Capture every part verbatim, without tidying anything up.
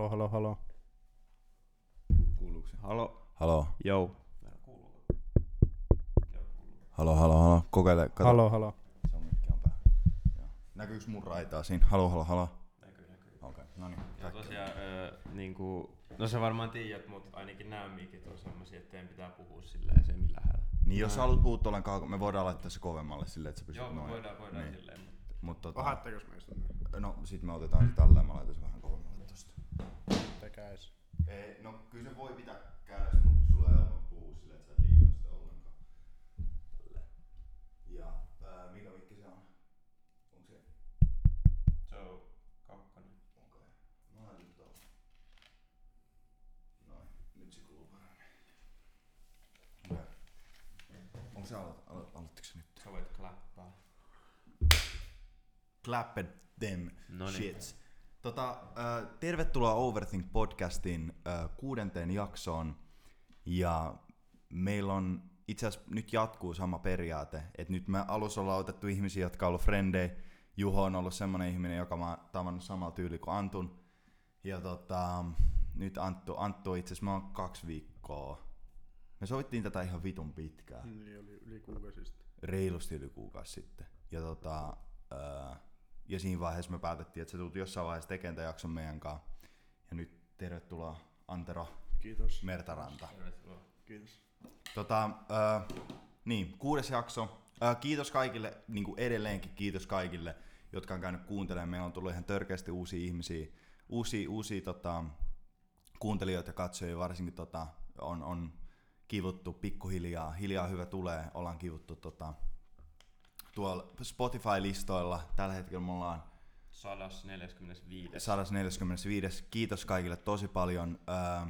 halo, halo. Kuuluuko se? Halo. Halo. Jou. Kuuluuko? Halo, halo, halo. Kokeile. Kato. Halo, halo. Se on mikki on päällä. Joo. Näkyykö mun raitaa siinä? Halo, halo, halo. Näkyy, näkyy. Okei, okay, no niin. Ja tosiaan, öö, niinku, no sä varmaan tiedät, mutta ainakin nämä mikit on semmosia, että teidän pitää puhua silleen semi-lähellä. Niin jos sä haluat puhua tuolleen kauan, me voidaan laittaa se kovemmalle silleen, että sä pystyt Joo, noin. me voidaan, voidaan niin. silleen, mutta... Mut tota... Pahattekos meistä? No sit me otetaan se tälleen, mä laitan se vähän kovemmalle tosta. Tekäis. Ei, no kyllä se voi pitää kädessä, mutta sulla ei ole puhua silleen, että sä et liikaa sitä ollenkaan. Tälleen. Ja ää, mikä mikki se on? Onko se? Se on kakkonen. Okei. Mä laitan tuolla. Noin, nyt se kuuluu paremmin. Okei. Onko se aloit, aloit, aloittiko se nyt? Sä voit klappaa. Clapped them Noniin. shits. Tota, äh, tervetuloa Overthink podcastin äh, kuudenteen jaksoon. Ja meillä on itse asiassa nyt jatkuu sama periaate, että nyt me alussa ollaan otettu ihmisiä, jotka on ollut frendejä. Juho on ollut semmonen ihminen, joka mä oon tavannut samalla tyyli kuin Antun. Ja tota, nyt Anttu, Anttu itse asiassa mä oon kaksi viikkoa. Me sovittiin tätä ihan vitun pitkään. Niin oli yli kuukausi sitten. Reilusti yli kuukausi sitten. Ja, tota, ää, ja siinä vaiheessa me päätettiin, että sä tulet jossain vaiheessa tekemään tämän jakson meidän kanssa. Ja nyt tervetuloa Antero Kiitos. Mertaranta. Tervetuloa. Kiitos. Tota, ää, niin, kuudes jakso. Ää, kiitos kaikille, niin kuin edelleenkin kiitos kaikille, jotka on käynyt kuuntelemaan. Meillä on tullut ihan törkeästi uusia ihmisiä, uusia, uusia tota, kuuntelijoita ja katsojia, varsinkin tota, on, on kivuttu pikkuhiljaa. Hiljaa hyvä tulee, ollaan kivuttu tota, tuolla Spotify-listoilla. Tällä hetkellä me ollaan sata neljäkymmentäviisi. sata neljäkymmentäviisi. Kiitos kaikille tosi paljon. Öö,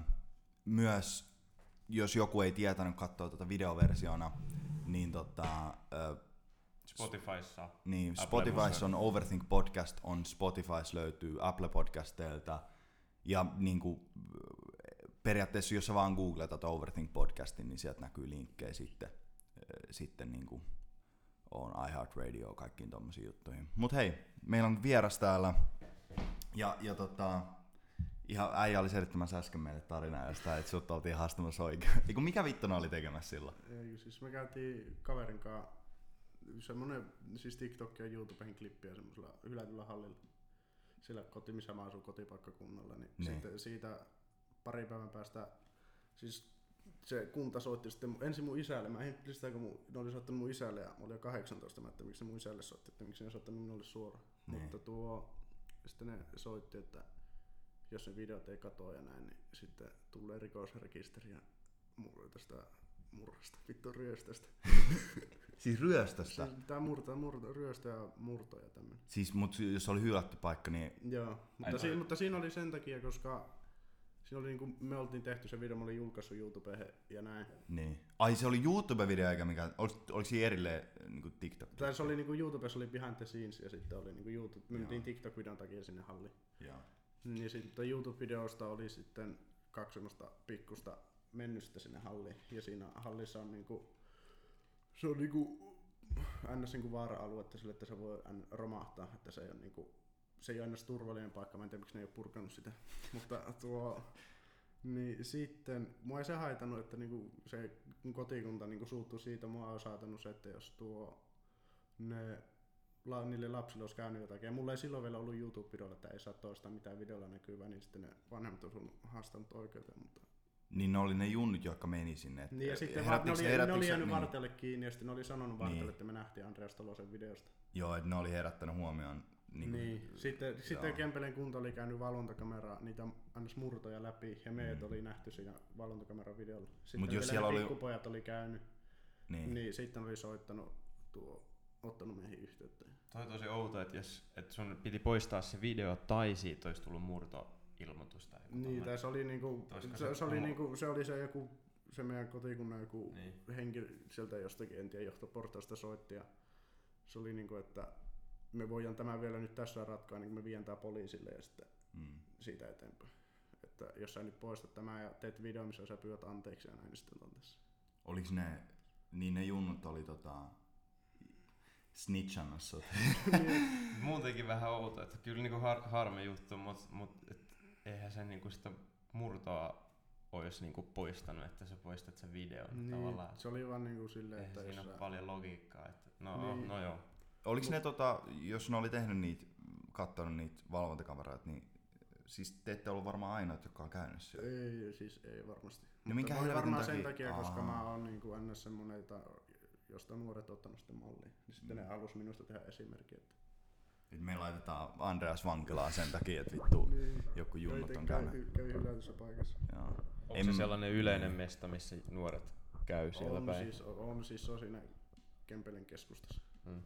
myös jos joku ei tietänyt katsoa tuota videoversiona, niin, tota, öö, Spotifyssa. niin Apple Spotifyssa on Music. Overthink Podcast, on Spotifys löytyy Apple Podcasteilta. Ja niinku, periaatteessa jos sä vaan googletat Overthink Podcastin, niin sieltä näkyy linkkejä sitten, öö, sitten niinku, on iHeartRadio, kaikkiin tommosiin juttuihin. Mut hei, meillä on vieras täällä. Ja, ja tota, ihan äijä oli selittämässä äsken meille tarinaa jostain, että sut oltiin haastamassa oikein. Eiku mikä vittona oli tekemässä silloin? Ei, siis me käytiin kaverin kanssa semmonen siis TikTok ja YouTuben klippiä semmoisella hylätyllä hallilla. Sillä koti, missä mä asun kotipaikkakunnalla, niin, Niin. sitten siitä pari päivän päästä siis se kunta soitti sitten ensin mun isälle. Mä en sitä, kun mun, ne oli soittanut mun isälle ja mä olin jo kahdeksantoista, mä että miksi se mun isälle soitti, että miksi ne soittanut minulle suoraan. Niin. Mutta tuo, sitten ne soitti, että jos ne videot ei katoa ja näin, niin sitten tulee rikosrekisteri ja mur- tästä murhasta, vittu ryöstöstä. Siis ryöstöstä? Siis pitää murtaa, murta, ryöstö ja murto ja tämmönen. Siis mut jos oli hylätty paikka, niin... Joo, mutta, Ai, si- ai. mutta siinä oli sen takia, koska siinä oli niinku, me oltiin tehty se video, mä olin julkaissut YouTubeen ja näin. niin. Ai se oli YouTube-video eikä mikä... Oliko, oliko siinä erilleen niin TikTok? Tai se oli niinku YouTubessa oli behind the scenes ja sitten oli niinku YouTube, me Joo. mentiin TikTok-videon takia sinne halliin. Joo. Niin sitten YouTube-videosta oli sitten kaksi semmoista pikkusta mennystä sinne halliin. Ja siinä hallissa on niinku, se on niinku ns. Niinku vaara-aluetta sille, että se voi romahtaa, että se ei ole niinku, se ei ole ns. Turvallinen paikka, mä en tiedä miksi ne ei ole purkanut sitä. Mutta tuo, niin sitten mua ei se haitannut, että niinku se kotikunta niinku suuttui siitä, mua on saatanut se, että jos tuo ne La, niille lapsille olisi käynyt jotakin. Ja mulla ei silloin vielä ollut YouTube-videolla, että ei saa toistaa mitään videolla näkyvää, niin sitten ne vanhemmat on sun haastanut oikeuteen. Mutta... Niin ne oli ne junnut, jotka meni sinne. Et Niin ja sitten herättikö ne se- oli, ne herättikö oli se- jäänyt niin. vartelle kiinni ja sitten ne oli sanonut vartelle, Niin. että me nähtiin Andreas Tolosen videosta. Joo, että ne oli herättänyt huomioon. Niin. Niin, niin. Sitten, joo. sitten Kempeleen kunta oli käynyt valvontakameraa, niitä annas murtoja läpi ja meidät Mm. oli nähty siinä valvontakameran videolla. Sitten Mut jos vielä siellä ne oli- pikkupojat oli käynyt, Niin. niin. niin sitten oli soittanut tuo, ottanut meihin yhteyttä. Toi on tosi outo, että jos et sun piti poistaa se video tai siitä olisi tullut murtoilmoitus tai joku Niin, tommonen. tai se oli niinku, Olisiko se, se se, oli kumo- niinku, se oli se joku, se meidän kotikunnan joku Niin. henkilö sieltä jostakin, en tiedä, johtoportaista soitti ja se oli niinku, että me voidaan tämä vielä nyt tässä ratkaa, niin me viedään tää poliisille ja sitten Mm. siitä eteenpäin. Että jos sä nyt poistat tämä ja teet video, missä sä pyydät anteeksi ja näin, niin sitten on tässä. Oliks ne... Niin ne junnut oli tota... snitchannut sut. Muutenkin vähän outo, että kyllä niinku har, harmi juttu, mutta mut, et eihän se se niinku sitä murtoa ois niinku poistanut, että sä poistat sen videon Niin, tavallaan? se oli vaan niinku silleen, Eihän että siinä jos ole sä... paljon logiikkaa. Että no, Niin. no joo. Oliks Mut- ne tota, jos ne oli tehnyt niitä, kattonut niitä valvontakameroita, niin siis te ette ollut varmaan ainoat, jotka on käynyt siellä. Ei, siis ei varmasti. No minkä Mutta oli helvetin varmaan sen takia? takia, koska Ahaa. mä oon niinku ns. Semmonen, jota, josta nuoret ottanut sitten malliin. Niin sitten Mm. ne halus minusta tehdä esimerkki, että Nyt me laitetaan Andreas vankilaan sen takia, että vittu niin, joku junnut on kävi, käynyt. kävi hylätyssä paikassa. Joo. Onko En- se sellainen yleinen mesta, missä nuoret käy siellä On päin? siis, on siis se on siinä Kempelen keskustassa. Mm.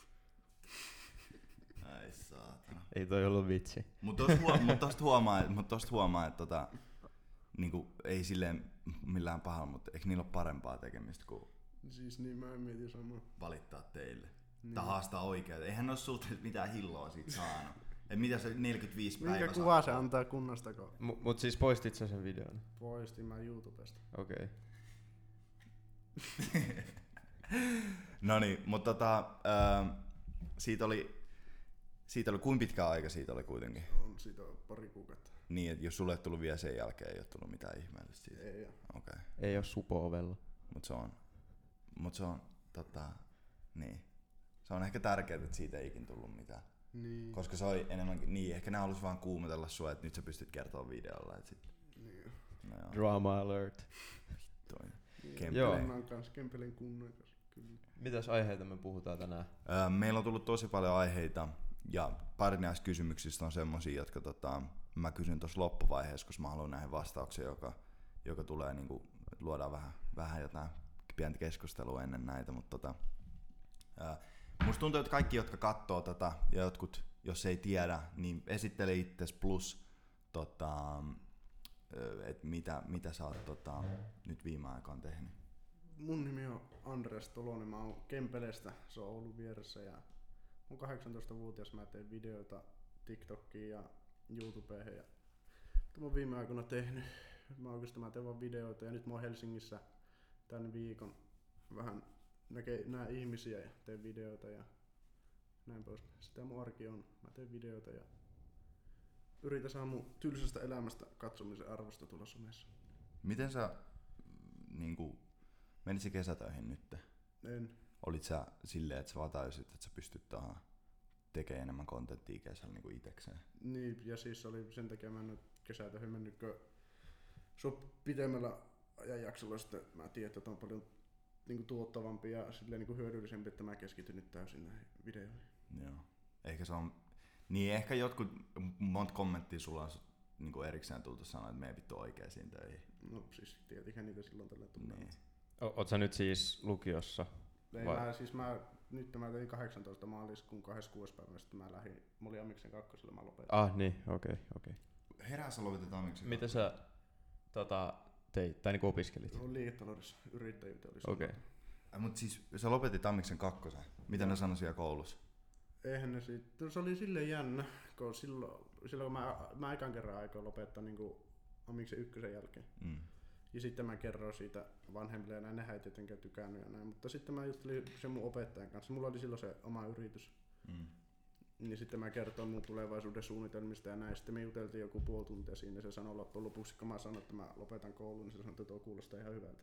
Ai saatana. Ei toi ollut vitsi. Mut tosta, huo- mut tosta huomaa, mut tosta huomaa, että tota, niinku, ei silleen millään pahalla, mutta eikö niillä ole parempaa tekemistä kuin Siis niin mä mietin samaa. valittaa teille? Niin. Tai haastaa oikein. Eihän oo sulta mitään hilloa siitä saanut. Et mitä se neljäkymmentäviisi Minkä päivä kuva se sakkoa? antaa kunnasta, kun M- mut siis poistit sä sen videon? poistin mä YouTubesta. Okei. Okay. No niin, mutta tota, ähm, siitä oli, siitä oli, kuinka pitkä aika siitä oli kuitenkin? On siitä pari kuukautta. Niin, että jos sulle ei tullut vielä sen jälkeen, ei ole tullut mitään ihmeellistä siitä. Ei oo. Okei, okay. Ei oo supo-ovella. mut se on, mut se on, tota, niin. Se on ehkä tärkeää, että siitä ei ikin tullut mitään. Niin. Koska se oli enemmänkin, niin ehkä ne halus vaan kuumotella sua, että nyt sä pystyt kertoa videolla, että sit, Niin. no joo, Drama alert. toi. Niin. Kempelen. Kunnan kanssa, Kempelen kunnan kanssa. Kyllä. Mitäs aiheita me puhutaan tänään? Öö, Meillä on tullut tosi paljon aiheita ja pari näistä kysymyksistä on semmosia, jotka tota, mä kysyn tuossa loppuvaiheessa, koska mä haluan näihin vastauksia, joka, joka tulee niinku, luodaan vähän, vähän jotain pientä keskustelua ennen näitä, mutta tota, öö, musta tuntuu, että kaikki, jotka katsoo tätä ja jotkut, jos ei tiedä, niin esittele itses plus tota, että mitä, mitä sä oot tota, nyt viime aikaan tehnyt. Mun nimi on Andreas Tolonen, mä oon Kempelestä, se on Oulun vieressä ja mun kahdeksantoistavuotias mä teen videoita TikTokiin ja YouTubeen ja mitä mä oon viime aikoina tehnyt. Mä oikeastaan mä teen vaan videoita ja nyt mä oon Helsingissä tän viikon vähän näkee, näen ihmisiä ja teen videoita ja näin pois. Sitä mun arki on. Mä teen videoita ja yritän saada mun tylsästä elämästä katsomisen arvosta tuolla somessa. Miten sä niinku, menisit kesätöihin nyt? En. Olit sä silleen, että sä vaan tajusit, että sä pystyt tähän tekemään enemmän kontenttia kesällä niinku itekseen? Niin, ja siis oli sen takia mä en nyt kesätöihin mennyt, kun se on pitemmällä ajanjaksolla sitten mä tiedän, että on paljon niinku tuottavampi ja silleen niinku hyödyllisempi, että mä keskityn nyt täysin näihin videoihin. Joo. Ehkä se on, niin ehkä jotkut, monta kommenttia sulla on niinku erikseen tultu sanoa, että me ei vittu oikeisiin töihin. No siis tietenkin niitä silloin tällä tulee. Niin. O- oot sä nyt siis lukiossa? Ei, Vai- mä, siis mä, nyt mä tein kahdeksantoista maaliskuun kahdeskymmenes päivä, sitten mä lähdin, mä olin Amiksen kakkosella, mä lopetin. Ah niin, okei, okay, okei. Okay. Herää sä lopetetaan miksi? Mitä sä tota, teit, tai niinku opiskelit? Se on liiketaloudessa, yrittäjyyteen oli Okei. okay. Äh, mut siis sä lopetit Ammiksen kakkosen. Mitä Joo. ne sanoi siellä koulussa? Eihän ne siitä, se oli silleen jännä, kun silloin, silloin kun mä, mä ekan kerran aikoin lopettaa niin Amiksen ykkösen jälkeen. Mm. Ja sitten mä kerroin siitä vanhemmille ja näin, nehän ei tietenkään tykännyt ja näin. Mutta sitten mä juttelin sen mun opettajan kanssa, mulla oli silloin se oma yritys. Mm. Niin sitten mä kertoin mun tulevaisuuden suunnitelmista ja näin. Sitten me juteltiin joku puoli tuntia siinä ja se sanoi loppujen lopuksi, kun mä sanoin, että mä lopetan koulun, niin se sanoi, että tuo kuulostaa ihan hyvältä.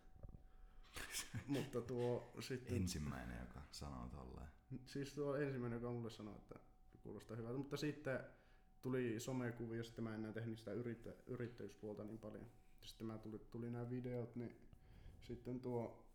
Mutta tuo sitten... Ensimmäinen, joka sanoo tolleen. Siis tuo ensimmäinen, joka mulle sanoi, että kuulostaa hyvältä. Mutta sitten tuli somekuvia, sitten mä en enää tehnyt sitä yrittä, yrittäjyyspuolta niin paljon. Sitten mä tuli, tuli nämä videot, niin sitten tuo...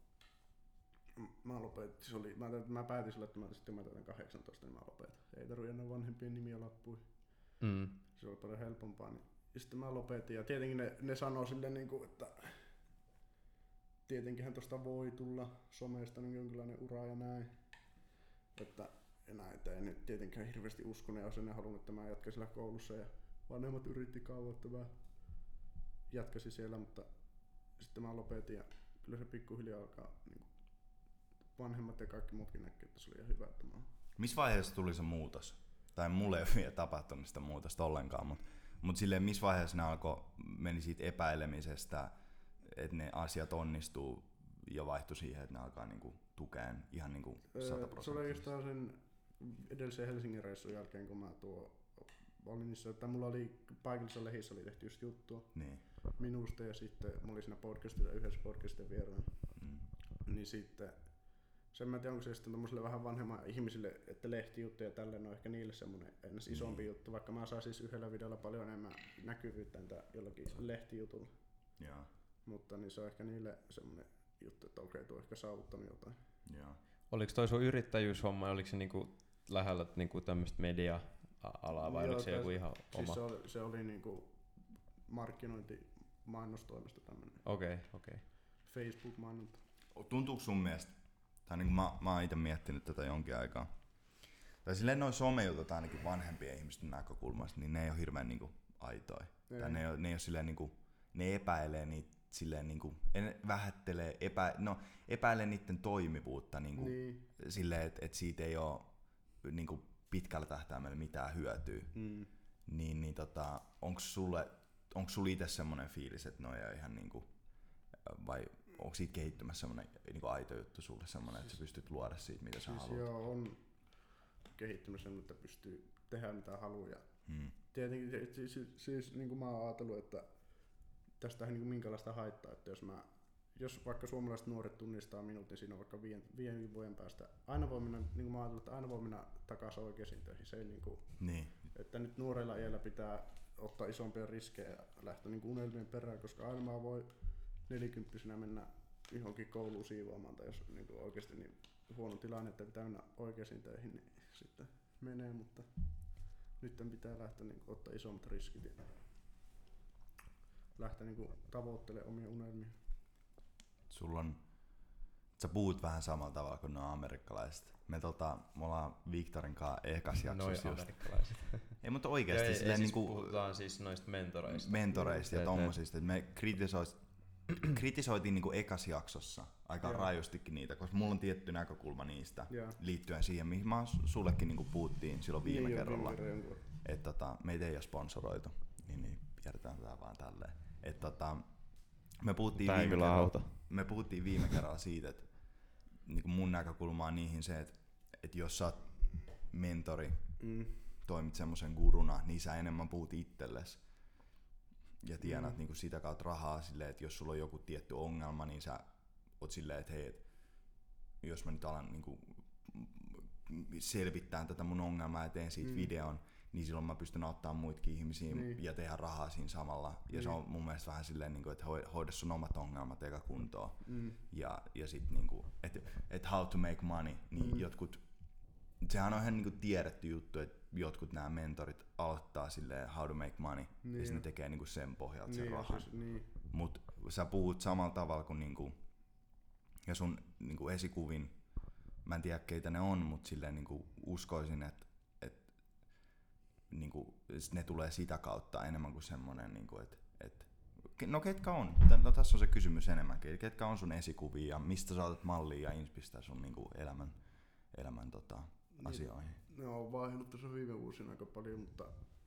Mä lopetin, se oli, mä, mä päätin sille, että mä, sitten mä täytän kahdeksantoista, niin mä lopetan. Ei tarvitse enää vanhempien nimiä lappuihin. Mm. Se oli paljon helpompaa. Niin. Ja sitten mä lopetin ja tietenkin ne, ne sanoo silleen, niin kuin, että tietenkinhän tosta voi tulla somesta niin jonkinlainen ura ja näin. Että ja näitä ei nyt tietenkään hirveästi uskonut ja olisi ennen halunnut, että mä jatkaisin siellä koulussa ja vanhemmat yritti kauan, että mä jatkaisin siellä, mutta sitten mä lopetin ja kyllä se pikkuhiljaa alkaa niin kuin vanhemmat ja kaikki muutkin näkee, että se oli ihan hyvä, että mä... Missä vaiheessa tuli se muutos? Tai mulle ei ole vielä tapahtunut sitä muutosta ollenkaan, mutta mut silleen missä vaiheessa ne alkoi, meni siitä epäilemisestä, että ne asiat onnistuu ja vaihtui siihen, että ne alkaa niinku tukeen ihan niinku sata Se oli prosenttia. oikeastaan sen edellisen Helsingin reissun jälkeen, kun mä tuo oli niissä, että mulla oli paikallisessa lehissä oli tehty just juttua Niin. minusta ja sitten mulla oli siinä podcastilla yhdessä podcastin vieraana. Mm. Niin sitten, sen mä en tiedä onko se sitten tommosille vähän vanhemman ihmisille, että lehtijuttuja ja tälleen on ehkä niille semmonen ennäs isompi Niin. juttu, vaikka mä saan siis yhdellä videolla paljon enemmän näkyvyyttä entä jollakin lehtijutulla. Joo. Mutta niin se on ehkä niille semmonen juttu, että okei, tuo on ehkä saavuttanut jotain. Joo. Oliko toi sun yrittäjyyshomma, oliko se niinku lähellä niinku tämmöistä media-alaa vai Joo, oliko se joku tai- ihan Siis oma? se oli, se oli niinku markkinointi mainostoimisto tämmönen Okei, okay, okei. Okay. Facebook-mainonta. Tuntuuko sun mielestä, tai niin kuin mä, mä oon itse miettinyt tätä jonkin aikaa, tai silleen noin somejutut ainakin vanhempien ihmisten näkökulmasta, niin ne ei ole hirveän niinku aitoja. Ei. Tai ne ei ole, ne ei ole silleen niinku, ne epäilee niitä silleen niinku, en vähättelee, epä, no epäilee niiden toimivuutta niinku, Niin. silleen, että et siitä ei ole niinku pitkällä tähtäimellä mitään hyötyä. Mm. Niin, niin tota, onko sulle, onko sulla itse semmoinen fiilis, että ne on ihan niinku, vai onko siitä kehittymässä semmoinen niinku aito juttu sulle semmoinen, että sä pystyt luoda siitä, mitä sä Siis haluat? joo, on kehittynyt sen, että pystyy tehdä mitä haluaa. Ja Hmm. tietenkin se- siis, siis, siis niin kuin mä oon ajatellut, että tästä ei niin kuin minkälaista haittaa, että jos mä jos vaikka suomalaiset nuoret tunnistaa minut, niin siinä on vaikka viiden, viiden vuoden päästä. Aina voi mennä, niin kuin mä ajattelin, että aina voi mennä takaisin oikeisiin töihin. Se ei niin kuin, Niin. että nyt nuorella iällä pitää ottaa isompia riskejä ja lähteä niin kuin unelmien perään, koska aina mä voin nelikymppisenä mennä johonkin kouluun siivoamaan, tai jos niin kuin oikeasti niin huono tilanne, että pitää mennä oikeisiin töihin, niin sitten menee, mutta nyt pitää lähteä niin kuin, ottaa isommat riskit ja lähteä niin kuin, tavoittelemaan omia unelmia. Sulla on, sä puhut vähän samalla tavalla kuin nuo amerikkalaiset. Me, tota, me ollaan Viktorin kanssa ekas jaksossa just. amerikkalaiset. Ei, mutta oikeasti ei, silleen ei, siis niinku puhutaan siis noista mentoreista. mentoreista ja Et- et- tommosista. Et me kritisois, kritisoitiin niinku ekas jaksossa aika Joo. rajustikin niitä, koska mulla on tietty näkökulma niistä Joo. liittyen siihen, mihin mä sullekin niinku puhuttiin silloin viime Niin, joo, kerralla. viime kerran jonkun- Että tota, meitä ei ole sponsoroitu, niin, niin jätetään tätä vaan tälleen. Et tota, me, puhuttiin Tää ei viime kyllä kerralla, auta. me puhuttiin viime kerralla siitä, että niin mun näkökulma on niihin se, että, että jos sä oot mentori, Mm. toimit semmoisen guruna, niin sä enemmän puhut itsellesi ja tienaat Mm. niin sitä kautta rahaa silleen, että jos sulla on joku tietty ongelma, niin sä oot silleen, että hei, et jos mä nyt alan niin kuin selvittää tätä mun ongelmaa ja teen siitä Mm. videon, niin silloin mä pystyn auttamaan muitakin ihmisiä Niin. ja tehdä rahaa siinä samalla. Ja Niin. se on mun mielestä vähän silleen, niin kuin, että hoi- hoida sun omat ongelmat eka kuntoon. Mm. Ja, ja sit niinku, että et how to make money, niin Mm. jotkut, sehän on ihan niinku tiedetty juttu, että jotkut nämä mentorit aloittaa silleen how to make money, Niin ja sitten ne jo. tekee niinku sen pohjalta sen Niin, rahan. siis, niin. Mut sä puhut samalla tavalla kuin niinku, ja sun niinku esikuvin, mä en tiedä keitä ne on, mutta silleen niinku uskoisin, että et, niinku, ne tulee sitä kautta enemmän kuin semmonen, niinku, että et, no ketkä on? No tässä on se kysymys enemmänkin. Ketkä on sun esikuvia ja mistä sä otat mallia ja inspistää sun niinku elämän, elämän tota, asioihin? Ne on vaihdellut tässä viime vuosina aika paljon, mutta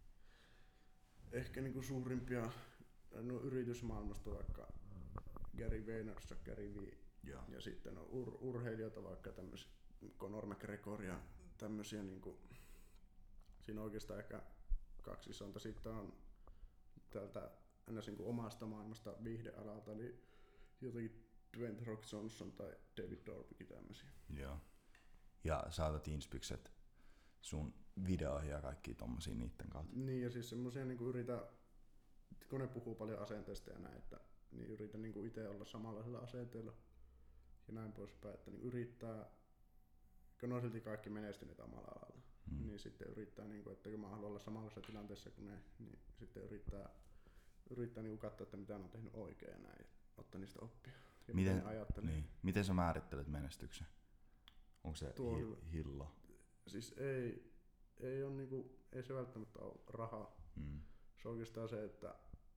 ehkä niinku suurimpia no, yritysmaailmasta vaikka Gary Vaynerchuk, Gary V. Joo. Ja sitten on ur- urheilijoita vaikka tämmöisiä Conor McGregor ja tämmöisiä niinku, siinä on oikeastaan ehkä kaksi isointa. Sitten on täältä ennäs niinku omasta maailmasta viihdealalta, niin jotenkin Dwayne The Rock Johnson tai David Dobrik tämmöisiä. Joo. Ja saatat inspikset sun videoihin ja kaikki tommosia niitten kautta. Niin ja siis semmoisia niinku yritä, kun ne puhuu paljon asenteesta ja näin, että niin yritä niinku itse olla samanlaisella asenteella ja näin poispäin, että niin yrittää, kun ne on silti kaikki menestyneet omalla alalla, Mm. niin sitten yrittää, niinku, että kun mä haluan olla samanlaisessa tilanteessa kuin ne, niin sitten yrittää, yrittää niinku katsoa, että mitä ne on tehnyt oikein ja näin, ja ottaa niistä oppia. Ja Miten, ne ajattelee. niin. Miten sä määrittelet menestyksen? Onko se Tuo on hi- hyvä. hillo? Siis ei, ei, on niinku, ei se välttämättä ole rahaa. Mm. Se on oikeastaan se, että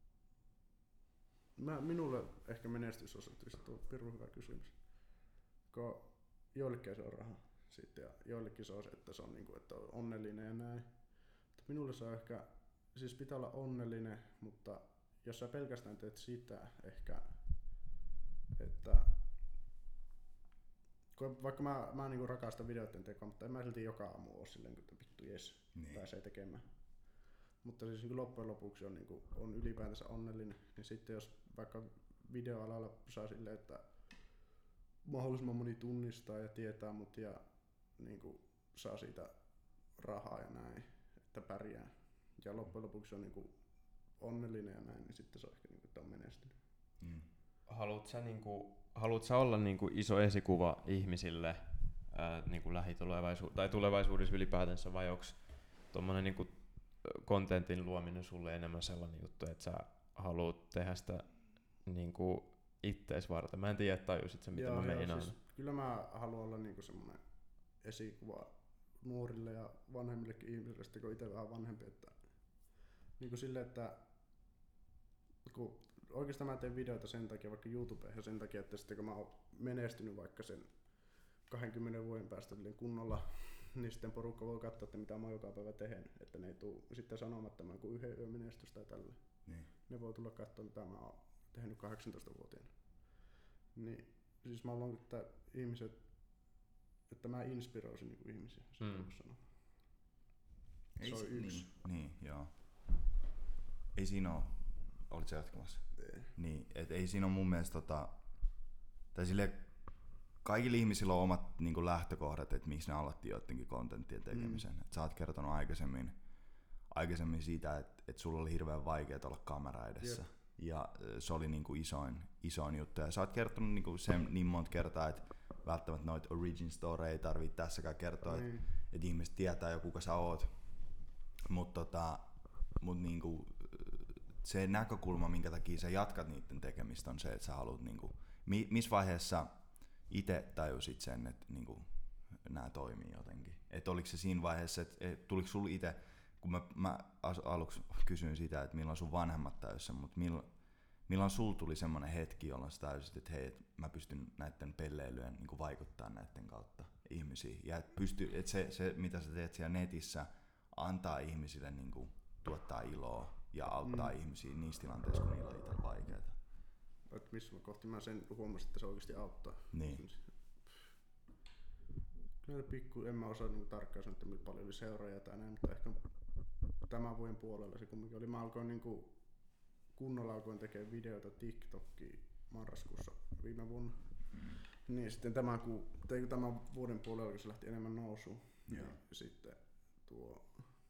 mä, minulle ehkä menestys on se, että tuo on pirun hyvä kysymys. Kun joillekin se on raha sitten ja joillekin se on se, että se on, niinku, että on onnellinen ja näin. Mutta minulle se on ehkä, siis pitää olla onnellinen, mutta jos sä pelkästään teet sitä ehkä, että kun vaikka mä, mä niinku rakastan videoiden tekoa, mutta en mä silti joka aamu oo silleen, että vittu jes, Niin. pääsee tekemään. Mutta siis niin loppujen lopuksi on, niin kuin, on ylipäätänsä onnellinen. Niin sitten jos vaikka videoalalla saa silleen, että mahdollisimman moni tunnistaa ja tietää mut ja niin kuin, saa siitä rahaa ja näin, että pärjää. Ja loppujen lopuksi on niin kuin, onnellinen ja näin, niin sitten se on ehkä niin kuin, että on menestynyt. Mm. Haluut sä, niinku, haluut sä olla niinku iso esikuva ihmisille ää, niinku lähitulevaisu- tai tulevaisuudessa ylipäätänsä, vai onks tommonen niinku kontentin luominen sulle enemmän sellainen juttu, että sä haluut tehdä sitä niinku ittees varten? Mä en tiedä, tajusit sä mitä joo, mä joo, meinaan. siis, kyllä mä haluan olla niinku semmonen esikuva nuorille ja vanhemmillekin ihmisille, sitten kun itse vähän vanhempi, että niinku silleen, että kun oikeastaan mä teen videoita sen takia, vaikka YouTubeen sen takia, että sitten kun mä oon menestynyt vaikka sen kaksikymmentä vuoden päästä kunnolla, niin sitten porukka voi katsoa, että mitä mä oon joka päivä tehnyt, että ne ei tuu sitten sanomattoman kuin yhden yön menestystä tai tällä. Niin. Ne voi tulla katsoa, mitä mä oon tehnyt kahdeksantoistavuotiaana. Niin siis mä haluan, että ihmiset, että mä inspiroisin niinku ihmisiä, se Mm. mm. sanoa. Ei Se on si- yksi. Niin, niin, joo. Ei siinä oo, olit sä jatkamassa? Ei. Niin, et ei siinä ole mun mielestä tota, tai sille kaikilla ihmisillä on omat niinku lähtökohdat, että miksi ne aloitti joidenkin kontenttien tekemisen. Mm. Et sä oot kertonut aikaisemmin, aikaisemmin siitä, että et sulla oli hirveän vaikea olla kamera edessä. Jep. Ja se oli niinku isoin, isoin juttu. Ja sä oot kertonut niinku sen niin monta kertaa, että välttämättä noita origin story ei tarvitse tässäkään kertoa, Niin. että et ihmiset tietää jo kuka sä oot. Mutta tota, mut niinku, se näkökulma, minkä takia sä jatkat niiden tekemistä, on se, että sä haluat, niinku, mi, missä vaiheessa itse tajusit sen, että niinku, nämä toimii jotenkin. Että oliko se siinä vaiheessa, että et, tuliko sulla itse, kun mä, mä aluksi kysyin sitä, että milloin sun vanhemmat täysin sen, mutta milloin, milloin sulla tuli semmoinen hetki, jolloin sä täysit, että hei, et mä pystyn näiden pelleilyjen niinku vaikuttaa näiden kautta ihmisiin. Ja että pysty, et se, se, mitä sä teet siellä netissä, antaa ihmisille niinku, tuottaa iloa ja auttaa mm. ihmisiä niissä tilanteissa, kun niillä on itsellä vaikeaa. Että missä kohti mä sen huomasin, että se oikeasti auttaa. Niin. Kyllä pikku, en mä osaa niin tarkkaan sanoa, että miten paljon oli seuraajia tai näin, mutta ehkä tämän vuoden puolella se kumminkin oli. Mä alkoin niin kuin, kunnolla alkoin tekemään videoita TikTokiin marraskuussa viime vuonna. Mm. Niin sitten tämän, ku, tämän vuoden puolella, kun se lähti enemmän nousuun, niin sitten tuo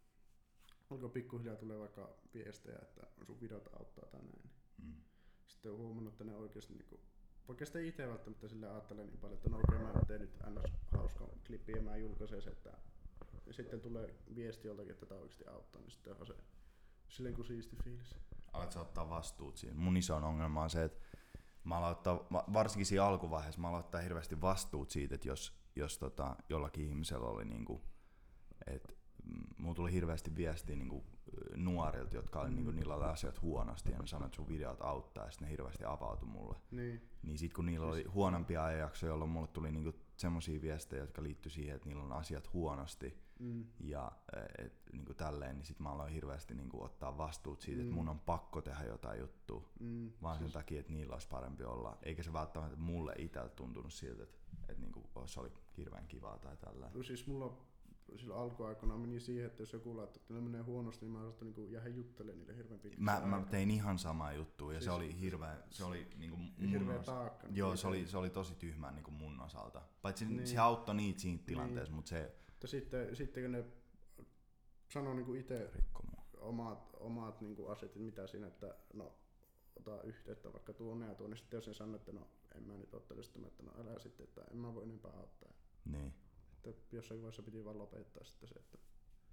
alkoi pikkuhiljaa tulee vaikka viestejä, että sun videot auttaa tai näin. Mm. Sitten on huomannut, että ne oikeasti niinku, vaikka sitä itse välttämättä sille ajattelee niin paljon, että no okei, mä teen nyt ns. Hauskan klippiä ja mä julkaisen se, että ja sitten tulee viesti joltakin, että tämä oikeasti auttaa, niin sitten onhan se silleen kuin siisti fiilis. Alatko ottaa vastuut siinä? Mun isoin ongelma on se, että mä aloin ottaa, varsinkin siinä alkuvaiheessa, mä aloin ottaa hirveästi vastuut siitä, että jos, jos tota, jollakin ihmisellä oli niinku, että mulla tuli hirveästi viestiä niinku nuorilta, jotka oli, mm. niinku, niillä oli asiat huonosti ja ne sanoi, että sun videot auttaa ja sitten ne hirveästi avautui mulle. Niin, niin sit kun niillä oli huonompia ajanjaksoja, jolloin mulle tuli niinku semmosia viestejä, jotka liittyi siihen, että niillä on asiat huonosti mm. ja et, niinku tälleen, niin sit mä aloin hirveästi niinku ottaa vastuut siitä, mm. että mun on pakko tehdä jotain juttua, mm. vaan sen siis takia, että niillä olisi parempi olla. Eikä se välttämättä mulle itsellä tuntunut siltä, että et niinku, se oli hirveän kivaa tai tällainen. No siis mulla silloin alkuaikoina meni siihen, että jos joku laittaa, että ne menee huonosti, niin mä saattaa niinku jäädä juttelemaan niille hirveän pitkäksi. Mä, mä tein ihan samaa juttua ja siis se oli hirveä, se oli niinku mun hirveä osa. taakka. Joo, se oli, se oli tosi tyhmää niinku mun osalta. Paitsi niin. Se auttoi niitä siinä tilanteessa, niin. Mutta se... Mutta sitten, sitten kun ne sanoo niinku itse omat, omat niinku asiat, että mitä siinä, että no ota yhteyttä vaikka tuonne ja tuonne, sitten jos ne sanoo, että no en mä nyt ottele sitä, että no älä sitten, että en mä voi enempää auttaa. Niin. Että jossain vaiheessa piti vaan lopettaa sitten se, että,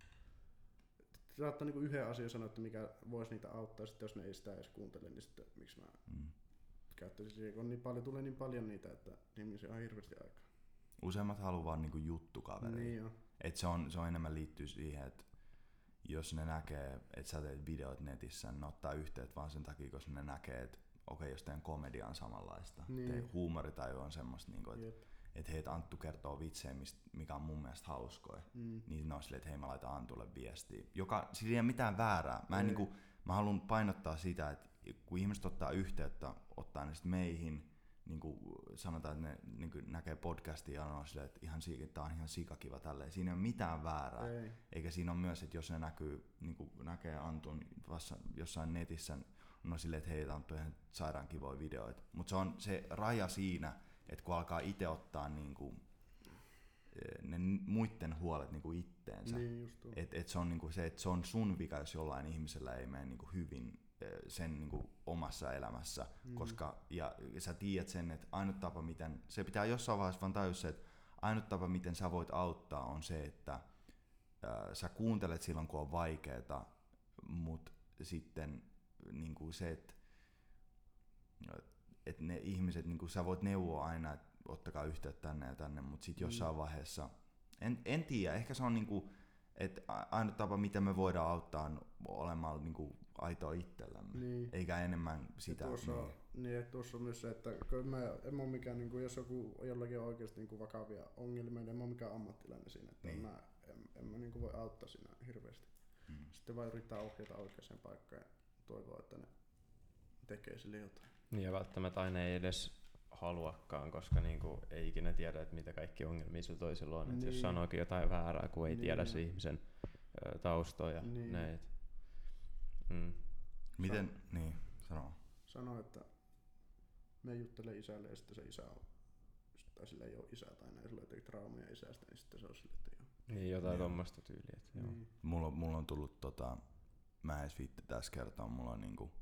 että saattaa niinku yhden asian sanoa, että mikä voisi niitä auttaa, sitten jos ne ei sitä edes kuuntele, niin sitten miksi mä mm. käyttäisin siihen, kun niin paljon, tulee niin paljon niitä, että ihmisiä on hirveästi aikaa. Useimmat haluaa vaan niinku juttukaveria. Niin on. Et se, on, se on enemmän liittyy siihen, että jos ne näkee, että sä teet videot netissä, niin ne ottaa yhteyttä vaan sen takia, koska ne näkee, että okei, okay, jos teidän komedia on samanlaista, niin. Teidän huumoritaju on semmoista, niin että että hei, Anttu kertoo vitsejä, mikä on mun mielestä hauskoja, mm. niin ne on silleen, että hei, mä laitan Antulle viestiä. Joka, siis ei ole mitään väärää. Mä, en, niin kuin, mä haluan painottaa sitä, että kun ihmiset ottaa yhteyttä, ottaa ne sitten meihin, niinku sanotaan, että ne niinku näkee podcastia ja on silleen, että ihan, tää on ihan sikakiva tälleen. Siinä ei ole mitään väärää. Ei. Eikä siinä ole myös, että jos ne näkyy, niinku näkee Antun vasta jossain netissä, no silleen, että hei, tää on ihan sairaan kivoja videoita. Mutta se on se raja siinä, että kun alkaa itse ottaa niinku ne muiden huolet niinku itteensä. Niin, et, et se on niinku se, että se on sun vika, jos jollain ihmisellä ei mene niinku hyvin sen niinku omassa elämässä, mm. koska ja, ja sä tiedät sen, että ainut tapa miten, se pitää jossain vaiheessa vaan tajua se, että ainut tapa miten sä voit auttaa on se, että ää, sä kuuntelet silloin kun on vaikeeta, mut sitten niinku se, että et ne ihmiset, niinku sä voit neuvoa aina, että ottakaa yhteyttä tänne ja tänne, mutta sitten jossain mm. vaiheessa, en, en tiedä, ehkä se on niinku, että ainut tapa miten me voidaan auttaa on olemaan niinku aitoa itsellämme, niin. Eikä enemmän sitä. Ja tuossa, niin. niin, että tuossa on myös se, että mä, en mä ole mikään, niin kuin, jos joku jollakin on oikeasti niin kuin vakavia ongelmia, niin en mä ole mikään ammattilainen siinä, että niin. mä, en, en mä niin kuin voi auttaa siinä hirveästi. Mm. Sitten vaan yrittää ohjata oikeaan paikkaan ja toivoa, että ne tekee sille jotain. Niin ja välttämättä aina ei edes haluakaan, koska niinku ei ikinä tiedä, että mitä kaikki ongelmia sillä toisella on. Niin. Et jos sanookin jotain väärää, kun ei niin. tiedä se ihmisen ö, taustoja. Niin. Näin. Mm. Miten? Sano. Niin, sano. Sano, että me juttelee isälle ja sitten se isä on, tai sillä ei ole isä tai näin, sillä on jotenkin traumaja isästä, niin sitten se on sille, että joo. Niin, jotain tommoista tyyliä. Niin. Mulla, mulla on tullut, tota, mä en edes viitti tässä kertaa, mulla on niinku,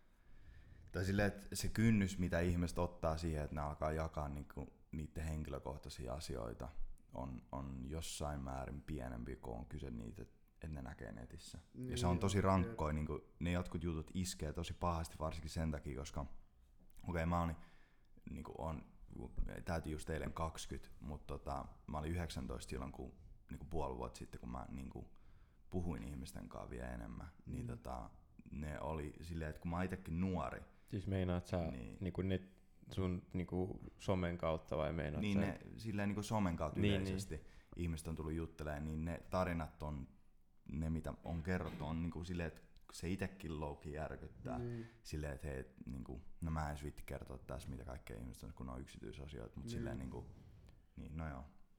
tai silleen, että se kynnys, mitä ihmiset ottaa siihen, että ne alkaa jakaa niinku niiden henkilökohtaisia asioita, on, on jossain määrin pienempi, kun on kyse niitä, että ne näkee netissä. Niin, ja se on tosi rankkoja, niin ne jotkut jutut iskee tosi pahasti, varsinkin sen takia, koska okei, okay, mä olin, niin kuin on, täytin just eilen kaksikymmentä, mutta tota, mä olin yhdeksäntoista silloin, kun, niin kuin puoli vuotta sitten, kun mä niin kuin, puhuin ihmisten kanssa vielä enemmän, mm. niin tota, ne oli silleen, että kun mä itsekin nuori. Siis meinaat sä niin, niin kuin net, sun niin kuin somen kautta vai meinaat niin sä? Ne, silleen niin kuin somen kautta niin, yleisesti niin. Ihmiset on tullut juttelemaan, niin ne tarinat on, ne mitä on kerrottu, on niin kuin silleen, että se itekin louki järkyttää. Niin. Silleen, että hei, niin kuin, no mä en edes viitti kertoa tässä, mitä kaikkea ihmiset on, kun on yksityisasioita, mutta niin. Silleen niin kuin, niin no joo.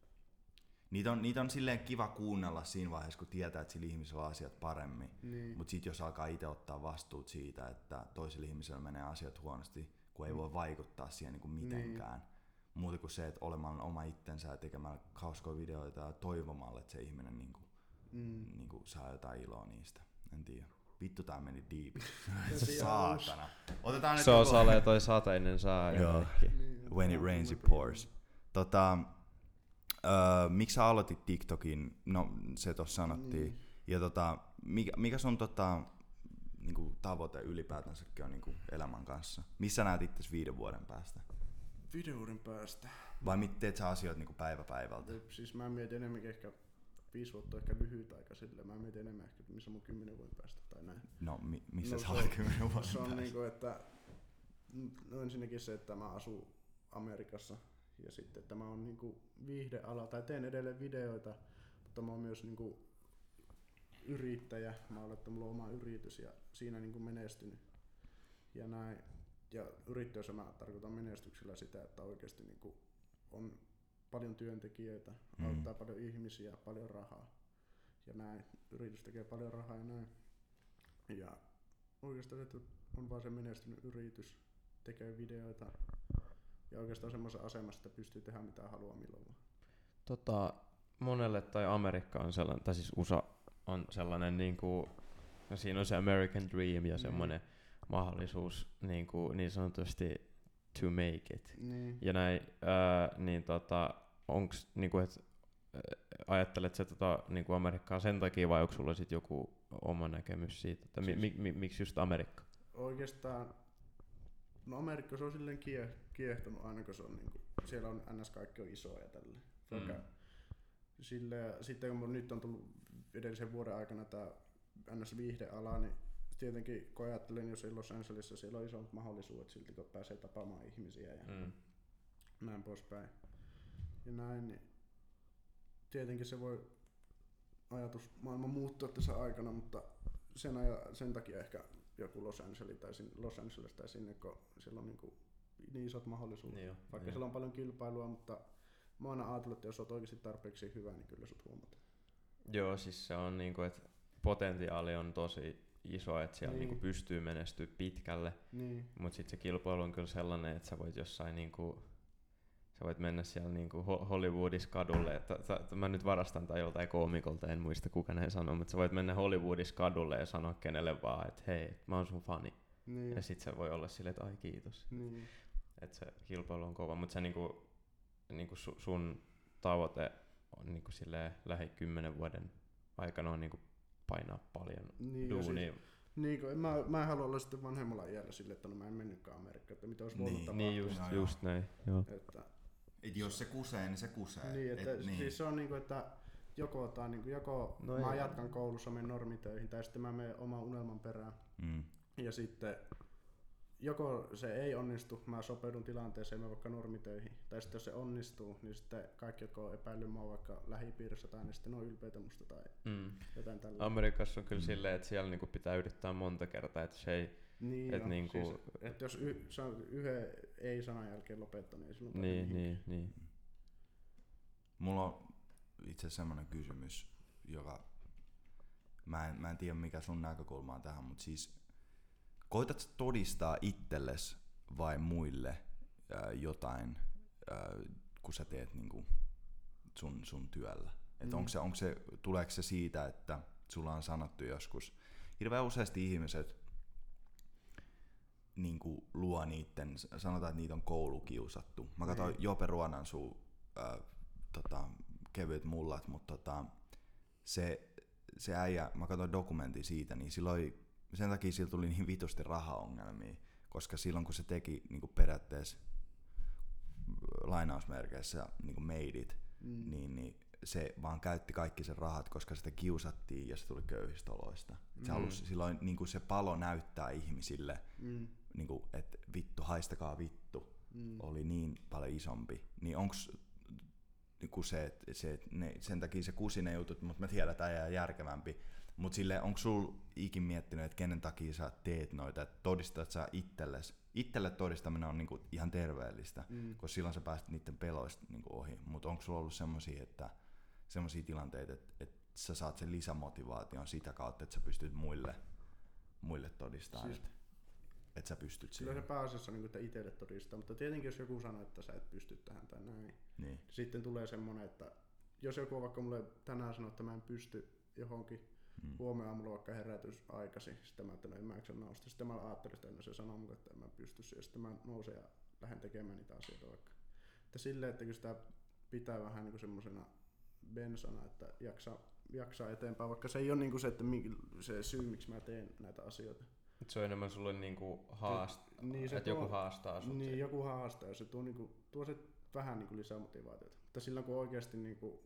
Niitä on, niitä on silleen kiva kuunnella siinä vaiheessa, kun tietää, että sillä ihmisellä on asiat paremmin. Niin. Mutta sitten jos alkaa itse ottaa vastuut siitä, että toisella ihmisellä menee asiat huonosti, kun ei mm. voi vaikuttaa siihen niin kuin mitenkään. Niin. Muuta kuin se, että olemaan oma itsensä ja tekemään hauskoja videoita ja toivomalla, että se ihminen niin kuin, mm. niin kuin saa jotain iloa niistä. En tiedä. Vittu tää meni deep. Saatana. Otetaan se on salee toi sateinen saa. Joo. When it rains it pours. Tota, öö, miksi sä aloitit TikTokin? No se tossa sanottiin. Mm. Ja tota, mikä, mikä sun tota, niinku, tavoite ylipäätänsäkin on niinku, elämän kanssa? Missä näet itses viiden vuoden päästä? Viiden vuoden päästä? Vai mit teet sä asioita niinku, päivä päivältä? Siis mä mietin enemmänkin ehkä viisi vuotta ehkä lyhyt aika silleen. Mä mietin enemmän ehkä, missä mun kymmenen vuoden päästä tai näin. No mi- missä no, sä olet kymmenen vuoden päästä? Se on niinku, että no ensinnäkin se, että mä asun Amerikassa ja sitten että mä oon niinku viihdeala tai teen edelleen videoita, mutta mä oon myös niinku yrittäjä. Mä olen, että mulla on oma yritys ja siinä niinku menestynyt ja näin. Ja yrittäjässä mä tarkoitan menestyksellä sitä, että oikeasti niinku on paljon työntekijöitä, mm. auttaa paljon ihmisiä, paljon rahaa ja näin. Yritys tekee paljon rahaa ja näin. Ja oikeastaan että on vaan se menestynyt yritys, tekee videoita ja oikeastaan semmoisessa asemassa, että pystyy tehdä mitä haluaa milloin vaan. Tota, monelle tai Amerikka on sellainen, tai siis U S A on sellainen niinku, no siinä on se American Dream ja semmoinen mm. mahdollisuus niinku, niin sanotusti to make it. Niin. Ja näin, ää, niin tota, onks niinku, et ajattelet sä tota niinku Amerikkaa sen takia vai onko sulla sit joku oma näkemys siitä, että mi, mi, mi, miksi just Amerikka? Oikeastaan, no Amerikka se on silleen kie, kiehtonut aina kun se on niinku, siellä on ns kaikki on isoa ja tälleen. Mm. Silleen, sitten kun nyt on tullut edellisen vuoden aikana tää ns viihdeala, niin tietenkin kun ajattelen, jos Los Angelesissa siellä on isommat mahdollisuudet silti, kun pääsee tapaamaan ihmisiä ja mm. näin poispäin. Ja näin, niin tietenkin se voi ajatus maailman muuttua tässä aikana, mutta sen, aja, sen takia ehkä joku Los Angeles tai, Los Angeles tai sinne, kun siellä on niinku niin isot mahdollisuudet. Niin jo. Vaikka Niin. siellä on paljon kilpailua, mutta mä oon aina ajatellut, että jos oot oikeasti tarpeeksi hyvä, niin kyllä sut huomataan. Joo, siis se on niinku, että potentiaali on tosi iso, että siellä Niin. niinku pystyy menestyä pitkälle, Niin. mut sit se kilpailu on kyllä sellainen, että sä voit jossain niinku, sä voit mennä siellä niinku Ho- Hollywoodissa kadulle, että t- t- mä nyt varastan tai joltain koomikolta, en muista kuka näin sanoo, mutta sä voit mennä Hollywoodissa kadulle ja sanoa kenelle vaan, että hei, mä oon sun fani. Niin. Ja sit se voi olla silleen, että ai kiitos. Niin. Että se kilpailu on kova, mutta se niinku, niinku su- sun tavoite on niinku silleen lähi kymmenen vuoden aikana on niinku painaa paljon Niin, ja duunia. siis, niin kun, mä, mä en halua olla sitten vanhemmalla iällä silleen, että no mä en mennytkään Amerikkaan, että mitä olisi voinut Niin. tapahtua. Niin just, Joo, just näin, joo. Että, Et jos se kusee, niin se kusee. niin, että Et, niin. siis se on niinku, että joko, tai niinku, joko No mä ei. jatkan koulussa, menen normitöihin, tai sitten mä menen oman unelman perään. Mm. Ja sitten joko se ei onnistu, mä sopeudun tilanteeseen, mä vaikka normitöihin. Tai sitten jos se onnistuu, niin sitten kaikki, jotka on epäillyt mua vaikka lähipiirissä tai niin sitten ne on ylpeitä musta tai Mm. jotain tällä. Amerikassa on kyllä Mm. silleen, että siellä niinku pitää yrittää monta kertaa, että se ei, Niin, et jo, niinku- siis, että jos y, se on yhden ei-sanan jälkeen lopettaa, niin ei silloin pääse niin, mihinkään. niin, niin. Mulla on itse asiassa semmoinen kysymys, joka mä en, mä en tiedä mikä sun näkökulma on tähän, mutta siis koitat sä todistaa itsellesi vai muille ää, jotain, ää, kun sä teet niinku sun, sun työllä? Et Mm. onko se, onko se, tuleeko se siitä, että sulla on sanottu joskus, hirveän useasti ihmiset niinku luo niitten, sanotaan, että niitä on koulukiusattu. Mä katsoin Niin. Jope Ruonansuu ää, tota, kevyet mullat, mutta tota, se, se äijä, mä katsoin dokumentin siitä, niin silloin, sen takia sillä tuli niin vitusti rahaongelmia, koska silloin kun se teki niin periaatteessa lainausmerkeissä niin made it, Mm. niin, niin se vaan käytti kaikki sen rahat, koska sitä kiusattiin ja se tuli köyhistä oloista. Et se Mm. halusi, silloin niin kuin se palo näyttää ihmisille, Mm. niin kuin, että vittu, haistakaa vittu, Mm. oli niin paljon isompi. Niin onks niin se, että se, et ne, sen takia se kusi ne jutut, mutta mä tiedän, että tämä jää järkevämpi. Mutta sille onko sul ikin miettinyt, että kenen takia sä teet noita, että todistat sä itsellesi. Itselle todistaminen on niinku ihan terveellistä, Mm. koska silloin sä pääset niiden peloista niinku ohi. Mutta onko sulla ollut semmosia, että semmosia tilanteita, että, että sä saat sen lisämotivaation sitä kautta, että sä pystyt muille, muille todistamaan, Siis- että, että sä pystyt Kyllä siihen. se pääasiassa niin että itselle todistaa, mutta tietenkin jos joku sanoo, että sä et pysty tähän tai näin, Niin. sitten tulee semmoinen, että jos joku vaikka mulle tänään sanoo, että mä en pysty johonkin, Mm. huomenna aamulla vaikka herätys aikaisin, sitten mä ajattelin, että en mä jaksa nousta. Sitten mä ajattelin, että no se sanoo mulle, että en mä pysty siihen, sitten mä nousen ja lähden tekemään niitä asioita vaikka. Että silleen, että kyllä sitä pitää vähän niin kuin semmosena bensana, että jaksaa, jaksaa eteenpäin, vaikka se ei ole niin kuin se, että mi- se syy, miksi mä teen näitä asioita. Et se on enemmän sulle niinku haast, Niin, se että joku tuo- haastaa sut. Niin, joku haastaa ja se tuo, niinku, tuo se vähän niinku lisää motivaatiota. Mutta silloin kun oikeasti niinku,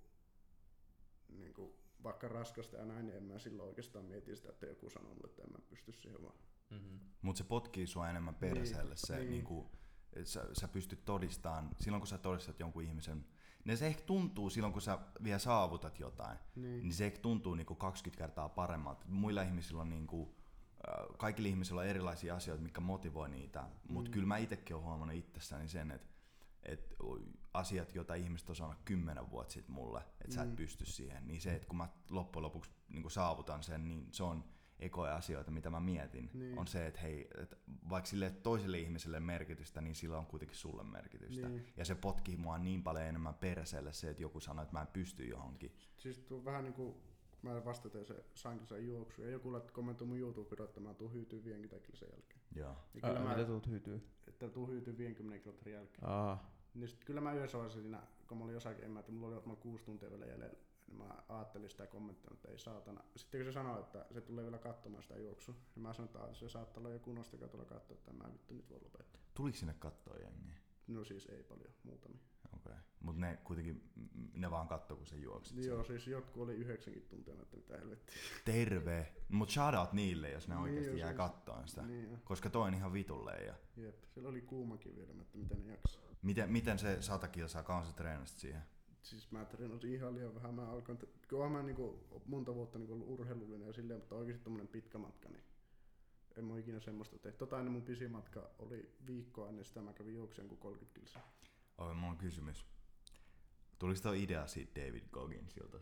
niinku, vaikka raskasta ja näin, niin en mä silloin oikeastaan mieti sitä, että joku sanoo mulle, että en mä pysty siihen vaan. Mm-hmm. Mutta se potkii sua enemmän perseelle. Se, niin. niinku, et sä, sä pystyt todistamaan, silloin kun sä todistat jonkun ihmisen, niin se ehkä tuntuu silloin kun sä vielä saavutat jotain, Niin. niin se ehkä tuntuu niinku kaksikymmentä kertaa paremmalta. Muilla ihmisillä on niinku, äh, kaikilla ihmisillä on erilaisia asioita, mitkä motivoi niitä, mutta Mm. kyllä mä itsekin olen huomannut itsessäni sen, että et asiat, joita ihmiset on sanonut kymmenen vuotta sitten mulle, että sä et Mm. pysty siihen, niin se, että kun mä loppujen lopuksi niin saavutan sen, niin se on ekoja asioita, mitä mä mietin, Niin. on se, että hei, et vaikka sille toiselle ihmiselle merkitystä, niin sillä on kuitenkin sulle merkitystä. Niin. Ja se potkii mua niin paljon enemmän perseelle se, että joku sanoo, että mä en pysty johonkin. Siis tuo vähän niinku, mä vastaten se sainkin sen juoksu ja joku laittoi kommentoi mun YouTube-videoon, että mä tuun hyytyy viidenkymmenen kilsan jälkeen. Joo. Ja kyllä Ää, mä, mitä tuut hyytyy? että tuun hyytyy viidenkymmenen kilometrin jälkeen. Aa, Niin sit kyllä mä yhdessä vaiheessa siinä, kun mä olin jossakin, en mä, että mulla oli varmaan kuusi tuntia vielä jäljellä, niin mä ajattelin sitä ja kommenttina, että ei saatana. Sitten kun se sanoi, että se tulee vielä katsomaan sitä juoksua, niin mä sanoin, että se saattaa olla joku nostakaa tuolla katsoa, että mä vittu nyt voi lopettaa. Tuliko sinne kattoo jengiä? No siis ei paljon, muutamia. Okei. Okay. Mutta ne kuitenkin, m- ne vaan kattoo, kun sä juoksit. Niin sen. joo, siis jotkut oli yhdeksänkin tuntia, että mitä helvettiä. Terve! Mut shoutout niille, jos ne Niin, oikeesti jos jää siis- kattoon sitä. Niin jo. Koska toi on ihan vitulle. Ja Jep, siellä oli kuumakin vielä, että miten ne jaksaa. miten, miten se sata kilsaa, kauan sä treenasit siihen? Siis mä treenasin ihan liian vähän, mä alkoin, kun oon mä niinku monta vuotta niinku ollut urheilullinen ja silleen, mutta oikeesti tommonen pitkä matka, niin En mä ikinä semmoista tehnyt. Tota ennen mun pisin matka oli viikkoa ennen sitä mä kävin juokseen kuin kolmekymmentä kilsaa. Oi, mulla on kysymys. Tuliko tuo idea siitä David Gogginsilta?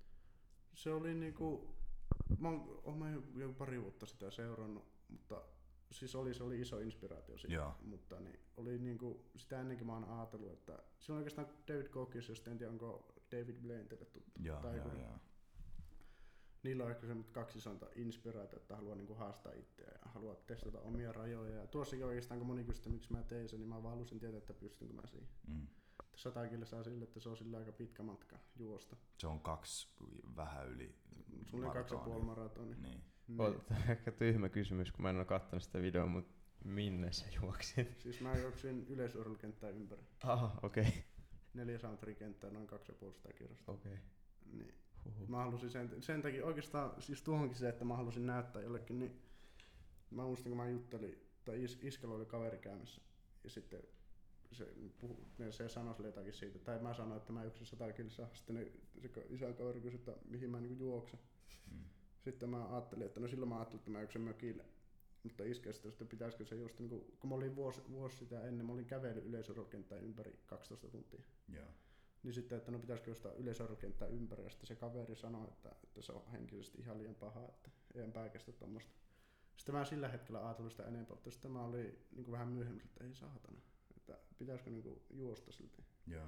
Se oli niinku, mä oon, oon mä jo pari vuotta sitä seurannut, mutta siis oli, se oli iso inspiraatio siitä. Joo. Mutta niin, oli niinku, sitä ennenkin mä oon ajatellut, että silloin oikeastaan David Goggins, jos en tiedä onko David Blaine teille tuttu. Joo, tai joo, kun, joo. Niillä on ehkä semmoista kaksi isointa inspiraatiota, että haluaa niinku haastaa itseä ja haluaa testata omia rajoja. Ja tuossakin oikeastaan, kun moni kysyy, miksi mä tein sen, niin mä vaan halusin tietää, että pystynkö mä siihen. Mm. Sata kilsaa sille, että se on sillä aika pitkä matka juosta. Se on kaksi vähän yli Sulla on kaksi ja puoli maratonia. Niin. Niin. On ehkä tyhmä kysymys, kun mä en ole kattonut sitä videoa, mutta minne sä juoksit? Siis mä juoksin yleisurheilukenttää ympäri. Aha, okei. Okay. Neljäsadan metrin kenttää, noin kaksi ja puoli sataa kierrosta. Okei. Okay. Niin. Mä halusin sen, sen takia oikeastaan, siis tuohonkin se, että mä halusin näyttää jollekin, niin mä muistin, kun mä juttelin, tai is, iskellä oli kaveri käymässä, ja sitten se, puhu, se sanoi sille jotakin siitä, tai mä sanoin, että mä juoksin sata kilsaa, sitten ne, se isän kaveri kysyi, että mihin mä niinku juoksen. Mm. Sitten mä ajattelin, että no silloin mä ajattelin, että mä juoksen mökille, mutta iskestä sitten pitäisikö se just, niin kun, kun mä olin vuosi, vuosi sitä ennen, mä olin kävellyt yleisurheilukenttää ympäri kaksitoista tuntia. Joo. Niin sitten, että no pitäisikö jostain yleisurheilukenttää ympäri, ja sitten se kaveri sanoi, että, että se on henkisesti ihan liian paha, että en pääkestä tommoista. Sitten mä sillä hetkellä ajattelin sitä enempää, mutta sitten mä olin niin kuin vähän myöhemmin, että ei saatana, että pitäisikö niin kuin juosta silti. Joo.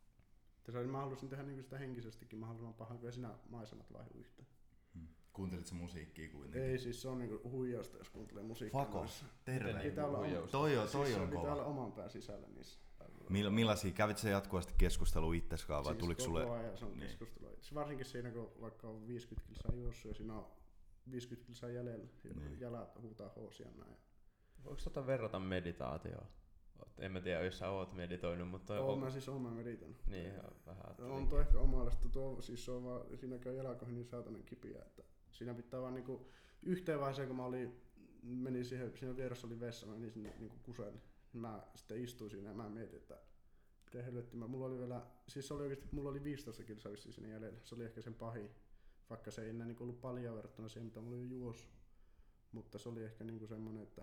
Että se oli, mä halusin tehdä niin kuin sitä henkisestikin mahdollisimman pahaa, kun ei siinä maisemat vaihdu yhtään. Hmm. Kuuntelit sä musiikkia kuitenkin? Ei, siis se on niin kuin huijausta, jos kuuntelee musiikkia. Fako, terve. Pitää olla, toi on, toi siis on pitää kova. olla oman pään sisällä niissä. Mill, millaisia? Kävit sä jatkuvasti keskustelua itseskaan vai siis tuliko koko sulle? ajan se on niin. keskustelua. Varsinkin siinä, kun vaikka on viisikymmentä kilsaa juossut ja siinä on viisikymmentä kilsaa jäljellä ja niin. Jalat huutaa hoosia näin. Voiko tota verrata meditaatioon? En mä tiedä, jos sä oot meditoinut, mutta... Oon on... mä siis oon mä meditoinut. Niin, vähän. On toi ehkä omalaista, tuo siis se on vaan, siinä käy jalkoihin niin saatanan kipiä, että siinä pitää vaan niinku yhteen vaiheeseen, kun mä olin, menin siihen, siinä vieressä oli vessa, mä menin sinne niinku kuselle. Mä sitten istuin siinä ja mä mietin, että mitä helvettiä, mulla oli vielä, siis se oli oikeesti, mulla oli viisitoista kilsaa vissiin siinä jäljellä, se oli ehkä sen pahin, vaikka se ei enää niinku ollut paljon verrattuna siihen, mitä mulla oli juossut. Mutta se oli ehkä niinku semmonen, että,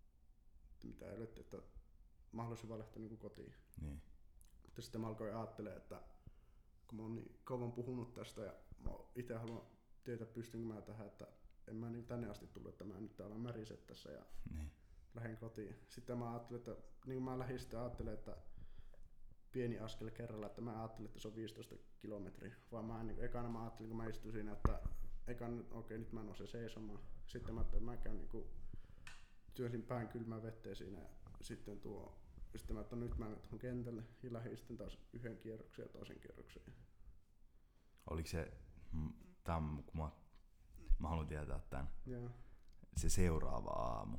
että mitä helvettiä, että mä haluaisin vaan lähteä niinku kotiin. Niin. Mutta sitten mä alkoin ajattelemaan, että kun mä oon niin kauan puhunut tästä ja mä itse haluan tietää pystynkö mä tähän, että en mä niin tänne asti tullut, että mä nyt täällä märiset tässä ja niin. lähden kotiin. Sitten mä ajattelin, että niin kuin mä lähdin sitten ajattelemaan, että pieni askel kerralla, että mä ajattelin, että se on viisitoista kilometriä. Vaan mä niin ekana mä ajattelin, kun mä istuin siinä, että ekana, okei okay, nyt mä nousen seisomaan. Sitten mä ajattelin, että mä käyn niin kuin, työnsin pään kylmään vetteen siinä ja sitten tuo sitten mä ajattelin, nyt mä menen tuohon kentälle ja lähdin sitten taas yhden kierroksen ja toisen kierroksen. Oliko se, tää on, kun mä, mä haluan tietää tän, Joo. se seuraava aamu.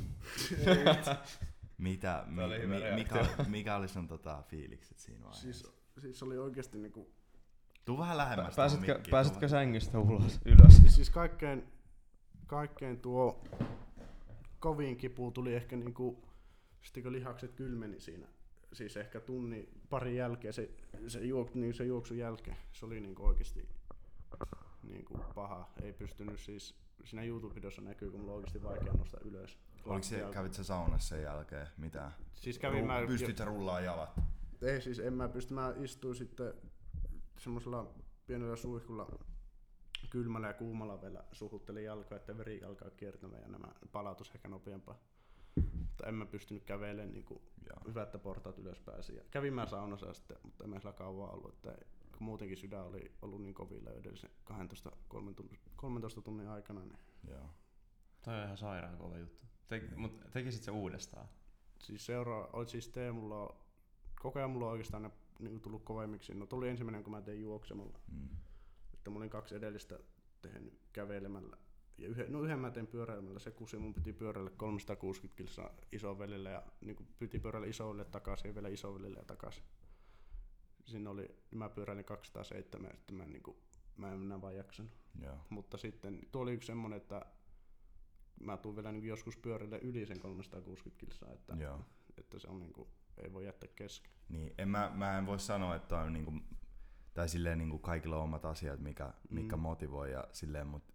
Mitä, mi, mi, mikä, mikä oli sun tota, fiilikset siinä vaiheessa? Siis, siis oli oikeesti niinku... Tuu vähän lähemmäs. Pääsitkö, mikkiin, pääsitkö sängystä ulos, ylös? Siis, siis kaikkein, kaikkein tuo kovin kipu tuli ehkä niinku, sitten kun lihakset kylmeni siinä, siis ehkä tunni pari jälkeen, se, se, juok, niin se juoksun jälkeen, se oli niinku oikeesti niinku paha. Ei pystynyt siis, siinä YouTube-videossa näkyy, kun mulla on oikeesti vaikea nostaa ylös. Oliko se, kävit sä saunassa sen jälkeen? Mitä? Siis kävin mä... Pystyt sä rullaa jalat? Ei siis, en mä pysty. Mä istuin sitten semmosella pienellä suihkulla kylmällä ja kuumalla vielä suhuttelin jalkoja, että veri alkaa kiertämään ja nämä palautus ehkä nopeampaa. Mutta en mä pystynyt kävelemään niin hyvät portaat ylöspäin. Ja kävin mä saunassa sitten, mutta en mä sillä kauan ollut. Että kun muutenkin sydän oli ollut niin kovilla edellisen kaksitoista kolmetoista tunnin aikana. Niin. Joo. Toi on ihan sairaan kova juttu. Te, mut tekisit se uudestaan? Siis seuraa, siis Teemulla on, koko ajan mulla on oikeastaan ne niin tullut kovemmiksi. No tuli ensimmäinen, kun mä tein juoksemalla. Mm. Että mä olin kaksi edellistä tehnyt kävelemällä. Ja yhden, no yhden mä tein pyöräilemällä, se kusi, mun piti pyöräillä kolmesataakuusikymmentä kilsaa isovelille ja niin piti pyöräillä isovelille takaisin ja vielä isovelille ja takaisin. Siinä oli, mä pyöräilin kaksisataaseitsemän ja sitten mä, niin kuin, mä en enää vaan jaksanut. Yeah. Mutta sitten tuo oli yksi semmonen, että mä tuun vielä niin joskus pyörille yli sen kolmesataakuusikymmentä kilsaa, että, yeah. että se on niin kuin, ei voi jättää kesken. Niin, en mä, mä en voi sanoa, että on niin kuin, tai silleen niin kuin kaikilla on omat asiat, mikä, mikä mm. motivoi ja silleen, mutta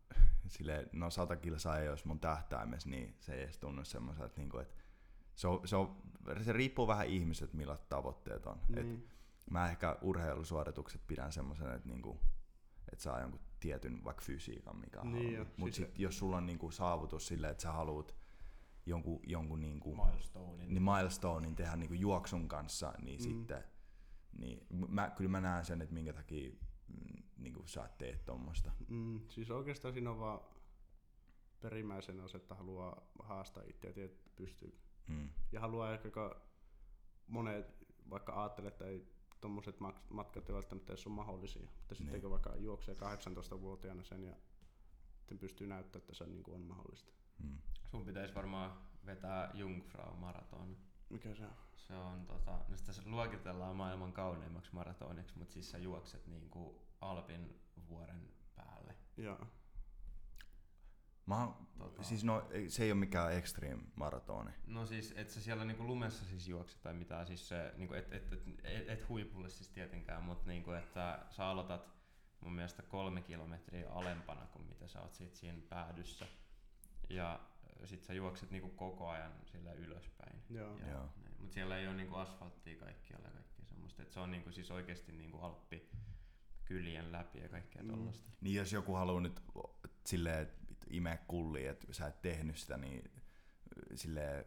silleen, no sata kilsaa ei olisi mun tähtäimessä, niin se ei edes tunnu semmoiselta, että niinku, et se, on, se, on, se riippuu vähän ihmiset, millaiset tavoitteet on. Niin. Et mä ehkä urheilusuoritukset pidän semmoisen, että niinku, et saa jonkun tietyn vaikka fysiikan, mikä on Niin halunnut. Mutta siis sit, jos sulla on niinku saavutus silleen, että sä haluat jonkun, jonkun niinku, Milestonein. niin milestonein tehdä niinku juoksun kanssa, niin Mm. sitten niin mä, kyllä mä näen sen, että minkä takia mm, niinku sä teet tommosta. Mm, siis oikeastaan siinä on vaan perimmäisenä se, että haluaa haastaa itseä ja että pystyy. Mm. Ja haluaa ehkä, kun monet vaikka ajattelee, että ei tommoset matkat ei välttämättä edes ole mahdollisia. Mutta sitten Niin. kun vaikka juoksee kahdeksantoistavuotiaana sen ja sitten pystyy näyttämään, että se niin kuin on mahdollista. Mm. Sun pitäisi varmaan vetää Jungfrau-maraton. Mikä se on? Se on tota, no sitä se luokitellaan maailman kauneimmaksi maratoniksi, mutta siis sä juokset niinku Alpin vuoren päälle. Joo. Mä, Tota- siis no, ei- se ei ole mikään extreme maratoni. No siis, et sä siellä niinku lumessa siis juokset tai mitään, siis se, niinku, et, et, et, et, et huipulle siis tietenkään, mutta niinku, että sä aloitat mun mielestä kolme kilometriä alempana kuin mitä sä oot sit siinä päädyssä. Ja sit sä juokset niinku koko ajan sillä ylöspäin. Joo. Ja, Joo. niin, mut siellä ei ole niinku asfalttia kaikkialla ja kaikkea semmoista, et se on niinku siis oikeesti niinku Alppi kylien läpi ja kaikkea Mm. tollasta. Niin jos joku haluaa nyt silleen, että imee kullia, että sä et tehnyt sitä, niin silleen,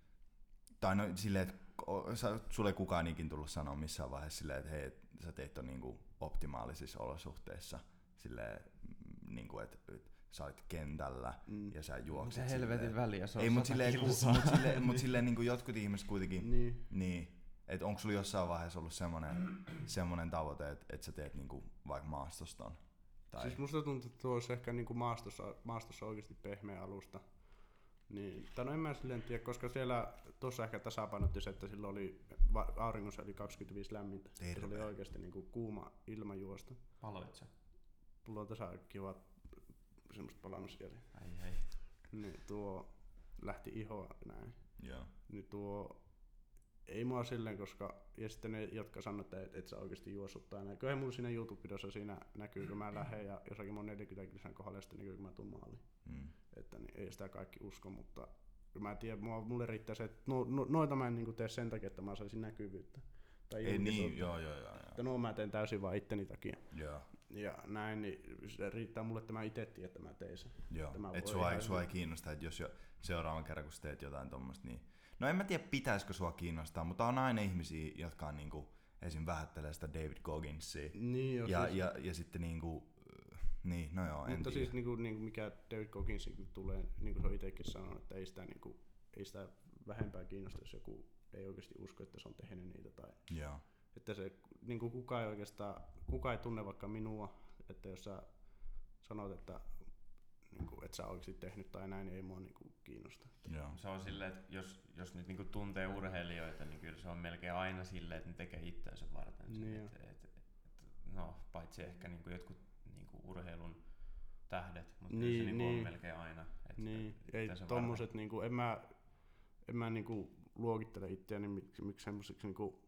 tai no silleen, että sä- sulle ei kukaan ikin tullut sanoa missään vaiheessa silleen, että hei, et sä teit ton niinku optimaalisissa olosuhteissa, silleen, mm, niinku, että et sä olit kentällä Mm. ja sä Onko juoksit se helvetin väliä, se on Ei, mut sata silleen, ku, kilsaa. mut silleen, mut silleen niinku jotkut ihmiset kuitenkin, Niin. niin, että onko sulla jossain vaiheessa ollut semmonen, semmonen tavoite, että et sä teet niinku vaikka maastoston? Tai, Siis musta tuntuu, että tuo olisi ehkä niinku maastossa, maastossa oikeasti pehmeä alusta. Niin, tai no en mä silleen tiedä, koska siellä tuossa ehkä tasapainotti se, että silloin oli va- auringossa oli kaksikymmentäviisi lämmintä. Terve. Se oli oikeasti niinku kuuma ilmajuosta. Paloit sä? Mulla on tässä kiva semmoista palannut siellä. Ai ei. Niin tuo lähti ihoa näin. joo. Niin tuo ei mua silleen, koska ja sitten ne, jotka sanoo, että et, et sä oikeasti juossut tai näin. Kyllähän mulla siinä YouTube-videossa siinä näkyy, kun mä lähden ja jossakin mun neljäkymmentä kilsan kohdalla ja sitten näkyy, kun mä tuun maaliin. Mm. Että niin, ei sitä kaikki usko, mutta mä en tiedä, mua, mulle riittää se, että no, no, noita mä en niinku tee sen takia, että mä saisin näkyvyyttä. Tai Ei niin, julkisuutta. joo, joo, joo. Että joo. no mä teen täysin vaan itteni takia. joo. Ja näin, niin se riittää mulle, että mä itse tiedän, että mä teen sen. Joo, Tämä et voi sua, ei, ihan sua ei hyvin. kiinnosta, että jos jo seuraavan kerran kun sä teet jotain tommoista, niin... No en mä tiedä pitäisikö sua kiinnostaa, mutta on aina ihmisiä, jotka on niinku, esim. Vähättelee sitä David Gogginsia. Niin jo, Ja, siis, ja, ja sitten niinku... Niin, no joo, en mutta tiedä. siis niinku, niinku mikä David Gogginsin tulee, niin kuin se on itsekin sanonut, että ei sitä, niinku, ei sitä vähempää kiinnosta, jos joku ei oikeasti usko, että se on tehnyt niitä. Tai, Joo, että se, niinku, kukaan ei oikeastaan, kukaan ei tunne vaikka minua, että jos sä sanot, että, niinku, että sä oikeasti tehnyt tai näin, niin ei mua niinku, kiinnosta. joo. Se on silleen, että jos, jos nyt niinku tuntee urheilijoita, niin kyllä se on melkein aina silleen, että ne tekee itseänsä varten sen. Niin et, et, et, no, paitsi ehkä niinku jotkut niinku urheilun tähdet, mutta niin, se Niin, niinku on niin. melkein aina. Et, Niin, et, ei itseänsä tommoset niinku, en mä, en mä niinku luokittele itseäni miksi, miksi semmoiseksi niinku,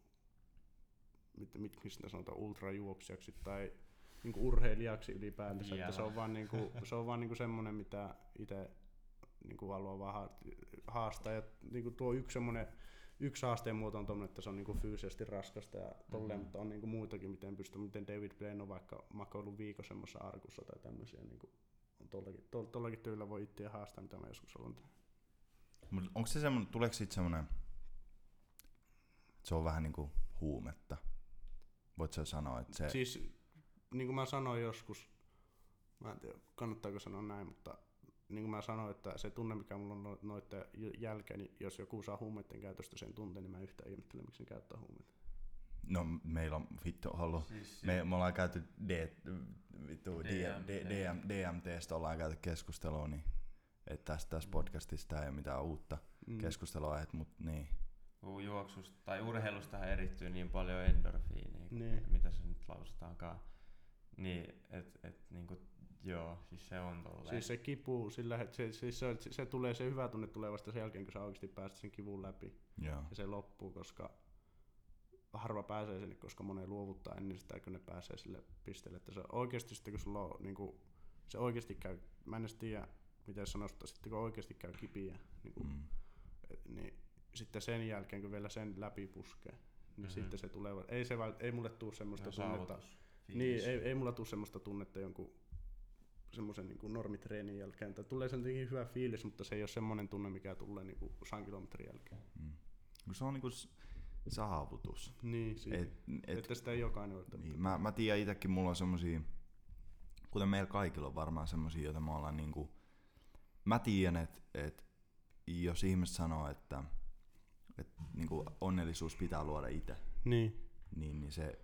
mit, mitkä sitä sanotaan, ultrajuoksijaksi tai niinku urheilijaksi ylipäätänsä, että se on vaan niinku, se on vaan niinku semmonen, mitä itse niinku haluaa vaan ha- haastaa ja niinku tuo yksi semmonen, yksi haasteen muoto on tommonen, että se on niinku fyysisesti raskasta ja tolleen, Mhm. mutta on niinku muitakin, miten pystyy, miten David Blaine on vaikka makoillut viikon semmoisessa arkussa tai tämmöisiä niinku, on tollakin, tol, tollakin tyylillä voi itseä haastaa, mitä mä joskus haluan tehdä. Mut onko se semmonen, tuleeko siitä semmonen, se on vähän niinku huumetta? Voit sä sanoa, että se... Siis, niin kuin mä sanoin joskus, mä en tiedä kannattaako sanoa näin, mutta niin kuin mä sanoin, että se tunne, mikä mulla on no- noitten jälkeen, niin jos joku saa huumeiden käytöstä sen tunteen, niin mä yhtään ihmettelen, miksi ne käyttää huumeita. No meillä on vittu ollut, Siis, me, me ollaan käyty D, vittu, D, D M, D, D, M, D M T:stä ollaan käyty keskustelua, niin että tässä, tässä podcastissa ei ole mitään uutta Mm. keskustelua, mutta niin. kun juoksusta tai urheilusta erittyy niin paljon endorfiinia, Niin. mitä se nyt lausutaankaan. Niin, et, et niinku, joo, siis se on tolleen. Siis se kipu, sillä, het- se, siis se, se, se, tulee, se hyvä tunne tulee vasta sen jälkeen, kun sä oikeasti pääset sen kivun läpi Joo. ja se loppuu, koska harva pääsee sinne, koska moni luovuttaa ennen sitä, kun ne pääsee sille pisteelle. Että se oikeasti sitten, kun sulla on niin kuin, se oikeesti käy, mä en edes tiedä miten sanoista, sitten kun oikeesti käy kipiä, niin, kuin, Mm. et, niin sitten sen jälkeen kun vielä sen läpi puskee, niin Mhm. sitten se tulee, ei, se, vält- ei mulle tuu semmoista Ihan tunnetta, saavutus, niin, fiilis. ei, ei mulla tuu semmoista tunnetta jonkun semmoisen niin kuin normitreenin jälkeen, tai tulee sen hyvä fiilis, mutta se ei ole semmoinen tunne, mikä tulee niin kuin sadan kilometrin jälkeen. Mm. Kun se on niinku s- saavutus. Niin, siitä. Et, et, Että sitä ei jokainen ole. niin, mä, mä tiedän itekin, mulla on semmosia, kuten meillä kaikilla on varmaan semmosia, joita me ollaan niinku, mä tiedän, että et, jos ihmiset sanoo, että et, niinku onnellisuus pitää luoda itse, Niin. niin, niin se,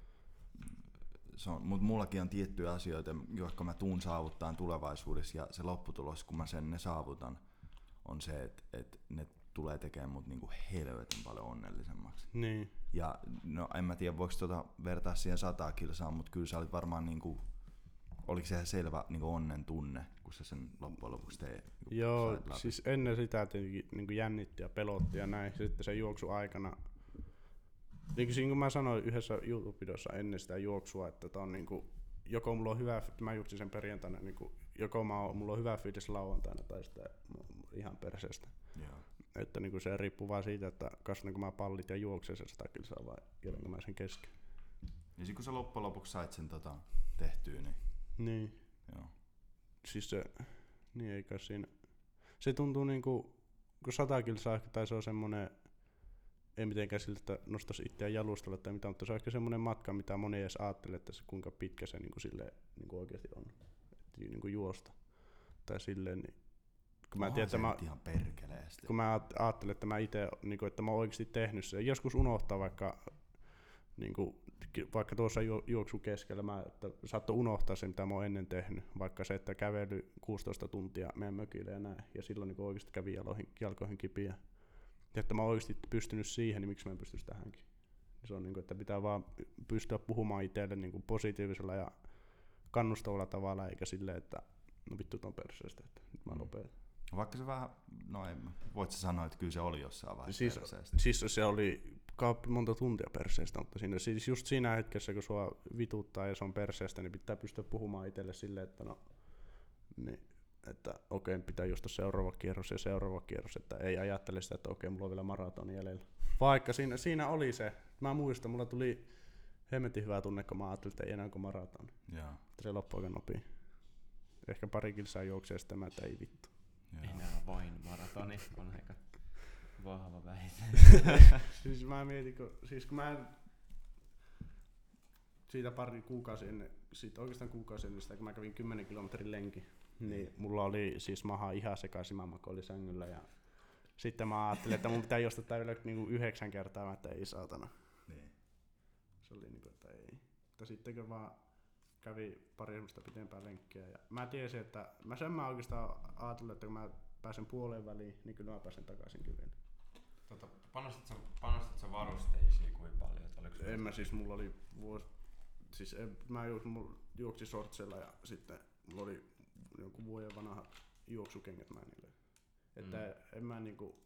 se on, mut mullakin on tiettyjä asioita, jotka mä tuun saavuttaa tulevaisuudessa, ja se lopputulos, kun mä sen ne saavutan, on se, että et ne tulee tekemään mut niinku helvetin paljon onnellisemmaksi. Niin. Ja no en mä tiedä, voiko tuota vertaa siihen sataa kilsaa, mutta kyllä sä olit varmaan niinku, oliko se ihan selvä niinku onnen tunne, kun sä sen loppujen lopuksi teet? Niinku Joo, sait läpi? siis ennen sitä tietenkin niin jännitti ja pelotti ja näin. Sitten sen juoksun aikana, niin kuin siinä kun mä sanoin yhdessä YouTube-videossa ennen sitä juoksua, että tää on niinku, joko mulla on hyvä, mä juoksin sen perjantaina, niinku, joko mä oon, mulla on hyvä fiilis lauantaina tai sitten ihan perseestä. Joo. Että niinku se riippuu vaan siitä, että kasvanko mä pallit ja juoksen sen sata kilsaa vai jätänkö mä sen kesken. Ja sit kun sä loppujen lopuksi sait sen tota, tehtyä, niin Niin. joo. Siis se, niin eikä siinä. Se tuntuu niinku, kun sata kilsaa tai se on semmonen, ei mitenkään siltä, että nostaisi itseään jalustalle tai mitä, mutta se on ehkä semmonen matka, mitä moni ei edes ajattelee, että se kuinka pitkä se niinku silleen, niinku oikeesti on. Et niinku juosta. Tai silleen, niin kun mä, Onhan tiedän, että se mä, nyt ihan perkeleesti. kun mä aat- ajattelen, että mä ite, niinku, että mä oon oikeesti tehnyt sen. Joskus unohtaa vaikka, niinku, ki- vaikka tuossa ju- juoksun keskellä, mä, että saattoi unohtaa se, mitä mä oon ennen tehnyt. Vaikka se, että kävely kuusitoista tuntia meidän mökille ja näin. Ja silloin niinku oikeesti kävi jaloihin, jalkoihin kipiä. Ja että mä oon oikeesti pystynyt siihen, niin miksi mä en pystyisi tähänkin. Se on niinku, että pitää vaan pystyä puhumaan itselle niinku positiivisella ja kannustavalla tavalla, eikä silleen, että no vittu ton perseestä, että nyt mä Mm. lopetan. Vaikka se vähän, no en mä, voit sä sanoa, että kyllä se oli jossain vaiheessa Siis, perseestä. siis se oli kaappi monta tuntia perseestä, mutta siinä, siis just siinä hetkessä, kun sua vituttaa ja se on perseestä, niin pitää pystyä puhumaan itselle silleen, että no, niin, että okei, pitää juosta seuraava kierros ja seuraava kierros, että ei ajattele sitä, että okei, mulla on vielä maratoni jäljellä. Vaikka siinä, siinä oli se, mä muistan, mulla tuli hemmetin hyvä tunne, kun mä ajattelin, että ei enää kuin maratoni. Joo. Että se loppui aika nopea. Ehkä pari kilsaa juoksee ja sitten mä, että ei vittu. Joo. Enää vain maratoni on aika vahva väite. Siis mä mietin, kun, siis kun mä siitä pari kuukausi ennen, siitä oikeastaan kuukausi ennen sitä, kun mä kävin kymmenen kilometrin lenki, niin mulla oli siis maha ihan sekaisin, mä makoilin sängyllä ja sitten mä ajattelin, että mun pitää juosta tää yle niinku yhdeksän kertaa, mä että ei saatana. Niin. Se oli niinku, että ei. Mutta sitten kun vaan kävi pari semmoista pitempää lenkkiä ja mä tiesin, että mä sen mä oikeastaan ajattelin, että kun mä pääsen puoleen väliin, niin kyllä mä pääsen takaisin kyllä. Tota, panostit, sä, panostit sä varusteisiin kuin paljon? Et oliko En mä siis, mulla oli vuosi, siis en, mä juoksin, mulla juoksin shortsilla ja sitten mulla oli jonkun vuoden vanha juoksukengät mä niille. Että Mm. en mä niinku,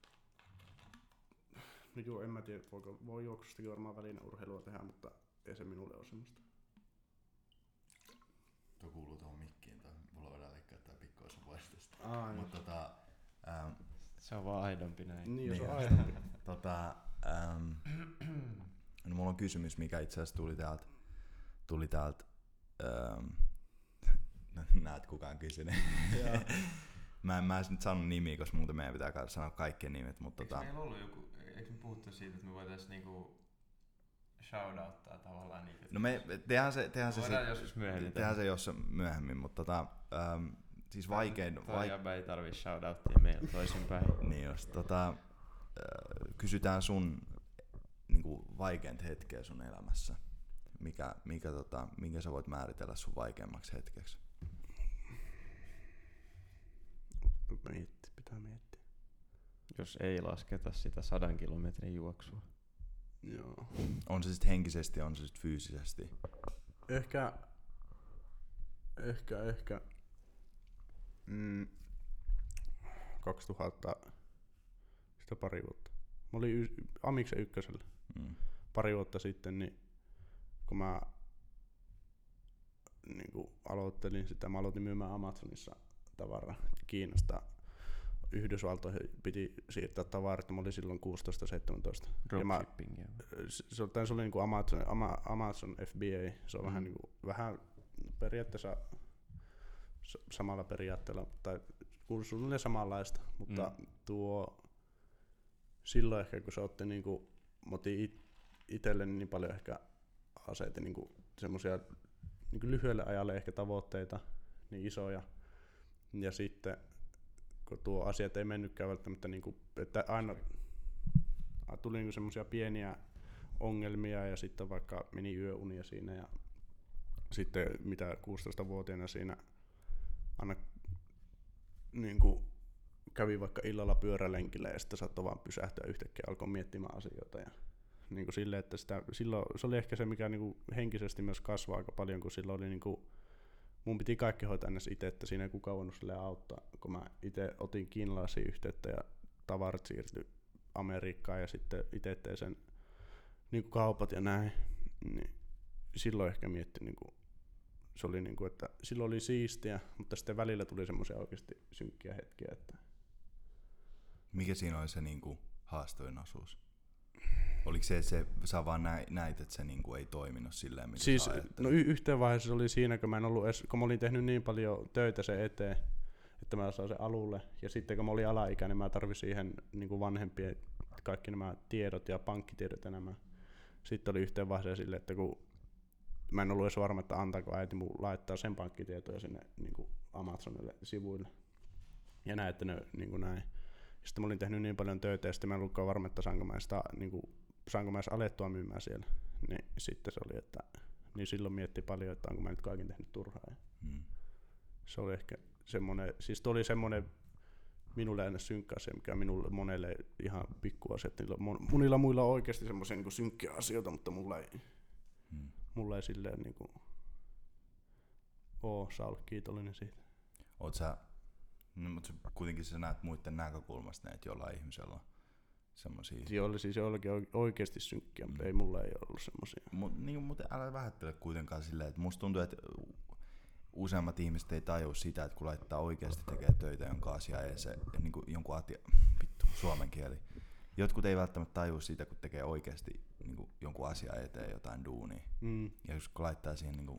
no joo, en mä tiedä, voiko, voi juoksustakin varmaan välineurheilua tehdä, mutta ei se minulle ole semmoista. Tuo kuuluu tuohon mikkiin, toi. Mulla voidaan leikkaa tää pikkuisen vuodesta. Aa, Mutta tota, ähm, Se on vaan aidompi näin. niin, jos niin on on. aidompi. tota, ähm, no mulla on kysymys, mikä itse asiassa tuli täältä, tuli täältä, ähm, näet kukaan kysynyt. Joo. mä en mä edes nyt sano nimiä, koska muuten meidän pitää sanoa kaikkien nimet, mutta Eikö tota, meillä ollut joku, eikö me puhuttu siitä, että me voitais niinku shoutouttaa tavallaan niitä? no me tehdään se, tehdään se, Voidaan sit- joskus myöhemmin. tehdään se jossain myöhemmin, mutta tota, ähm, siis vaikein, Toi vaik- jäbä ei tarvii shoutouttia meillä toisinpäin. niin just, tota, äh, kysytään sun niinku vaikeinta hetkeä sun elämässä. Mikä, mikä, tota, minkä sä voit määritellä sun vaikeimmaksi hetkeksi? Mietti, pitää miettiä. Jos ei lasketa sitä sadan kilometrin juoksua. Joo. On se sitten henkisesti, on se sitten fyysisesti. Ehkä, ehkä, ehkä mm, kaksituhatta, sitä pari vuotta. Mä olin y- Amiksen ykkösellä Mm. pari vuotta sitten, niin kun mä niinku aloittelin sitä, mä aloitin myymään Amazonissa tavaraa Kiinasta. Yhdysvaltoihin piti siirtää tavarat, mä olin silloin kuusitoista seitsemäntoista. Dropshippingia. Se, se oli niinku Amazon, Ama, Amazon F B A, se on mm. vähän, niinku, vähän periaatteessa samalla periaatteella, tai suunnilleen samanlaista, mutta mm. tuo silloin ehkä kun se otti niinku, mä otin it, itselleni niin paljon ehkä aseita niinku semmosia niinku lyhyelle ajalle ehkä tavoitteita, niin isoja, ja sitten kun tuo asiat ei mennytkään välttämättä niinku, että aina tuli niinku semmosia pieniä ongelmia ja sitten vaikka meni yöunia siinä ja sitten mitä kuusitoistavuotiaana siinä aina niinku kävi vaikka illalla pyörälenkillä ja sitten saattoi vaan pysähtyä yhtäkkiä alkoi miettimään asioita ja niinku silleen, että sitä, silloin, se oli ehkä se mikä niinku henkisesti myös kasvaa aika paljon, kun silloin oli niinku, mun piti kaikki hoitaa ennäs itse, että siinä ei kukaan voinut silleen auttaa, kun mä itse otin kiinalaisiin yhteyttä ja tavarat siirtyi Amerikkaan ja sitten itse tein sen niinku kaupat ja näin, niin silloin ehkä mietti niinku, se oli niinku, että silloin oli siistiä, mutta sitten välillä tuli semmoisia oikeasti synkkiä hetkiä, että mikä siinä oli se niinku haastoin osuus? Oliko se, että se, sä vaan näit, että se niinku ei toiminut silleen, mitä siis, sä ajattelit? No y- yhteen vaiheessa se oli siinä, kun mä en ollut edes, kun mä olin tehnyt niin paljon töitä sen eteen, että mä saan sen alulle. Ja sitten kun mä olin alaikäinen, mä tarvitsin siihen niin vanhempien kaikki nämä tiedot ja pankkitiedot ja nämä. Sitten oli yhteen vaiheessa silleen, että kun mä en ollut edes varma, että antaako äiti mun laittaa sen pankkitietoja sinne niin Amazonille sivuille. Ja näin, että ne niin näin. Sitten mä olin tehnyt niin paljon töitä ja sitten mä en ollutkaan varma, että saanko mä, sitä, niin kuin, saanko mä edes alettua myymään siellä. Niin sitten se oli, että niin silloin mietti paljon, että onko mä nyt kaiken tehnyt turhaa. Ja hmm. Se oli ehkä semmoinen, siis toi oli semmoinen minulle aina synkkä asia, mikä minulle monelle ihan pikku asia. Monilla muilla on oikeasti semmoisia niin synkkiä asioita, mutta mulla ei, hmm. mulla ei silleen niin kuin, oo, saa olla kiitollinen siitä. Oot sä No, mutta kuitenkin sä näet muiden näkökulmasta ne, että jollain ihmisellä on semmosia. Joo, siis jollakin oikeasti synkkiä, mutta mm. ei mulla ei ollut semmosia. Mut, niin, mutta älä vähättele kuitenkaan silleen, että musta tuntuu, että useammat ihmiset ei tajua sitä, että kun laittaa oikeasti tekee töitä jonkun asian ja se niin kuin jonkun atia, vittu, suomen kieli. Jotkut ei välttämättä tajua sitä, kun tekee oikeasti niin kuin jonkun asian eteen jotain duunia. Mm. Ja jos kun laittaa siihen niin kuin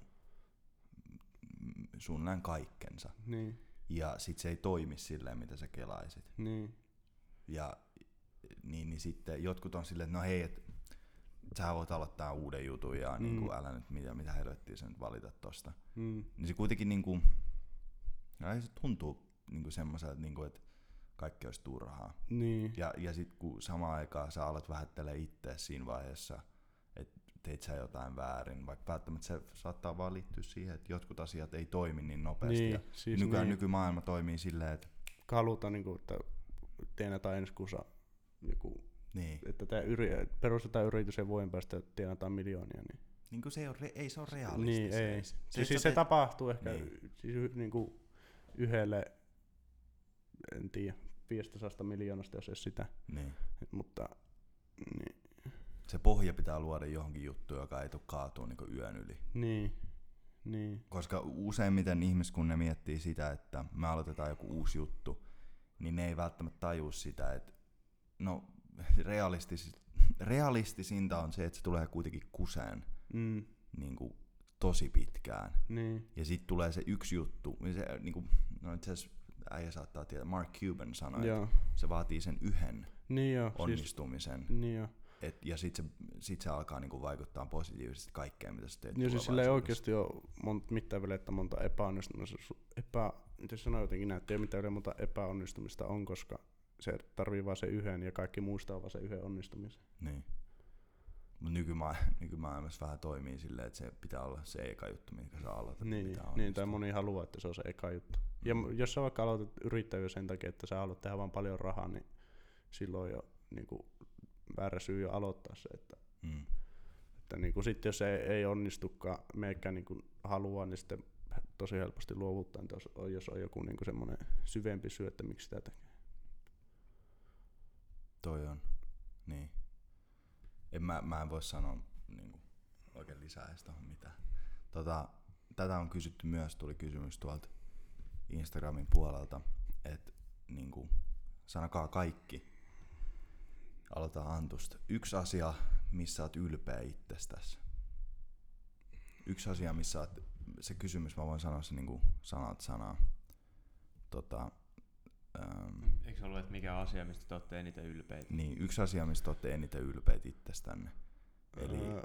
suunnilleen kaikkensa. Niin. Ja sit se ei toimi silleen, mitä sä kelaisit. Niin. Ja niin, niin sitten jotkut on silleen, että no hei, et, sä voit aloittaa uuden jutun ja mm. niin kuin, älä nyt mitä, mitä helvettiä sä nyt valita tosta. Mm. Niin se kuitenkin niinku, se tuntuu niinku semmoiselta, niinku, että kaikki olisi turhaa. Niin. Ja, ja sit kun samaan aikaan sä alat vähättelee itseäsi siinä vaiheessa, että teit sä jotain väärin, vaikka välttämättä se saattaa vaan liittyä siihen, että jotkut asiat ei toimi niin nopeasti. Niin, ja siis nykyään niin. Nykymaailma toimii silleen, että halutaan, niin kuin, että tienataan ensi kuussa joku, niin. Että tämä yri, perustetaan yritys ja vuoden päästä tienataan miljoonia. Niin, niin kuin se ei, ole, ei se ole realistista. Niin, ei. Se, siis, siis se te... tapahtuu ehkä niin. Siis, niin kuin yhdelle, en tiedä, viisisataa miljoonasta, jos ei sitä. Niin. Mutta niin. Se pohja pitää luoda johonkin juttuun, joka ei tule kaatua niin yön yli. Niin. Niin. Koska useimmiten ihmiset, kun ne miettii sitä, että me aloitetaan joku uusi juttu, niin ne ei välttämättä tajua sitä, että no realistis, realistisinta on se, että se tulee kuitenkin kuseen mm. niin kuin, tosi pitkään. Niin. Ja sitten tulee se yksi juttu, se, niin kuin, no itse asiassa äijä saattaa tietää, Mark Cuban sanoi, että se vaatii sen yhden niin jo, onnistumisen. Siis, niin jo. Et, ja sitten se, sit se alkaa niinku vaikuttaa positiivisesti kaikkeen, mitä sä teet. Niin siis sillä ei oikeasti ole monta, mitään vielä, että monta epäonnistumista. Epä, miten sanoo jotenkin näin, että ei mitään vielä monta epäonnistumista on, koska se tarvii vaan se yhden ja kaikki muistaa vaan se yhden onnistumisen. Niin. Mutta nykymaailma, nykymaailmassa vähän toimii silleen, että se pitää olla se eka juttu, minkä sä aloitat. Niin, niin tai moni haluaa, että se on se eka juttu. Mm. Ja jos sä vaikka aloitat yrittäjyys sen takia, että sä haluat tehdä vaan paljon rahaa, niin silloin jo niinku väärä syy jo aloittaa se, että, mm. että niinku sit jos ei, ei onnistukaan, meikä niinku haluaa, niin sitten tosi helposti luovuttaa, jos on, jos on joku niinku semmoinen syvempi syy, että miksi sitä tekee. Toi on, niin. En, mä, mä en voi sanoa niinku, oikein lisää edes tohon mitään. Tota, tätä on kysytty myös, tuli kysymys tuolta Instagramin puolelta, että niinku, sanokaa kaikki. Aloitetaan Antusta. Yksi asia, missä oot ylpeä itsestäsi. Yksi asia, missä oot, se kysymys, mä voin sanoa se niinku sanat sanaa. Tota, ähm, Eikö se ollut, että mikä asia, mistä te olette eniten ylpeitä? Niin, yksi asia, mistä olette eniten ylpeitä itsestänne. Eli, Öö,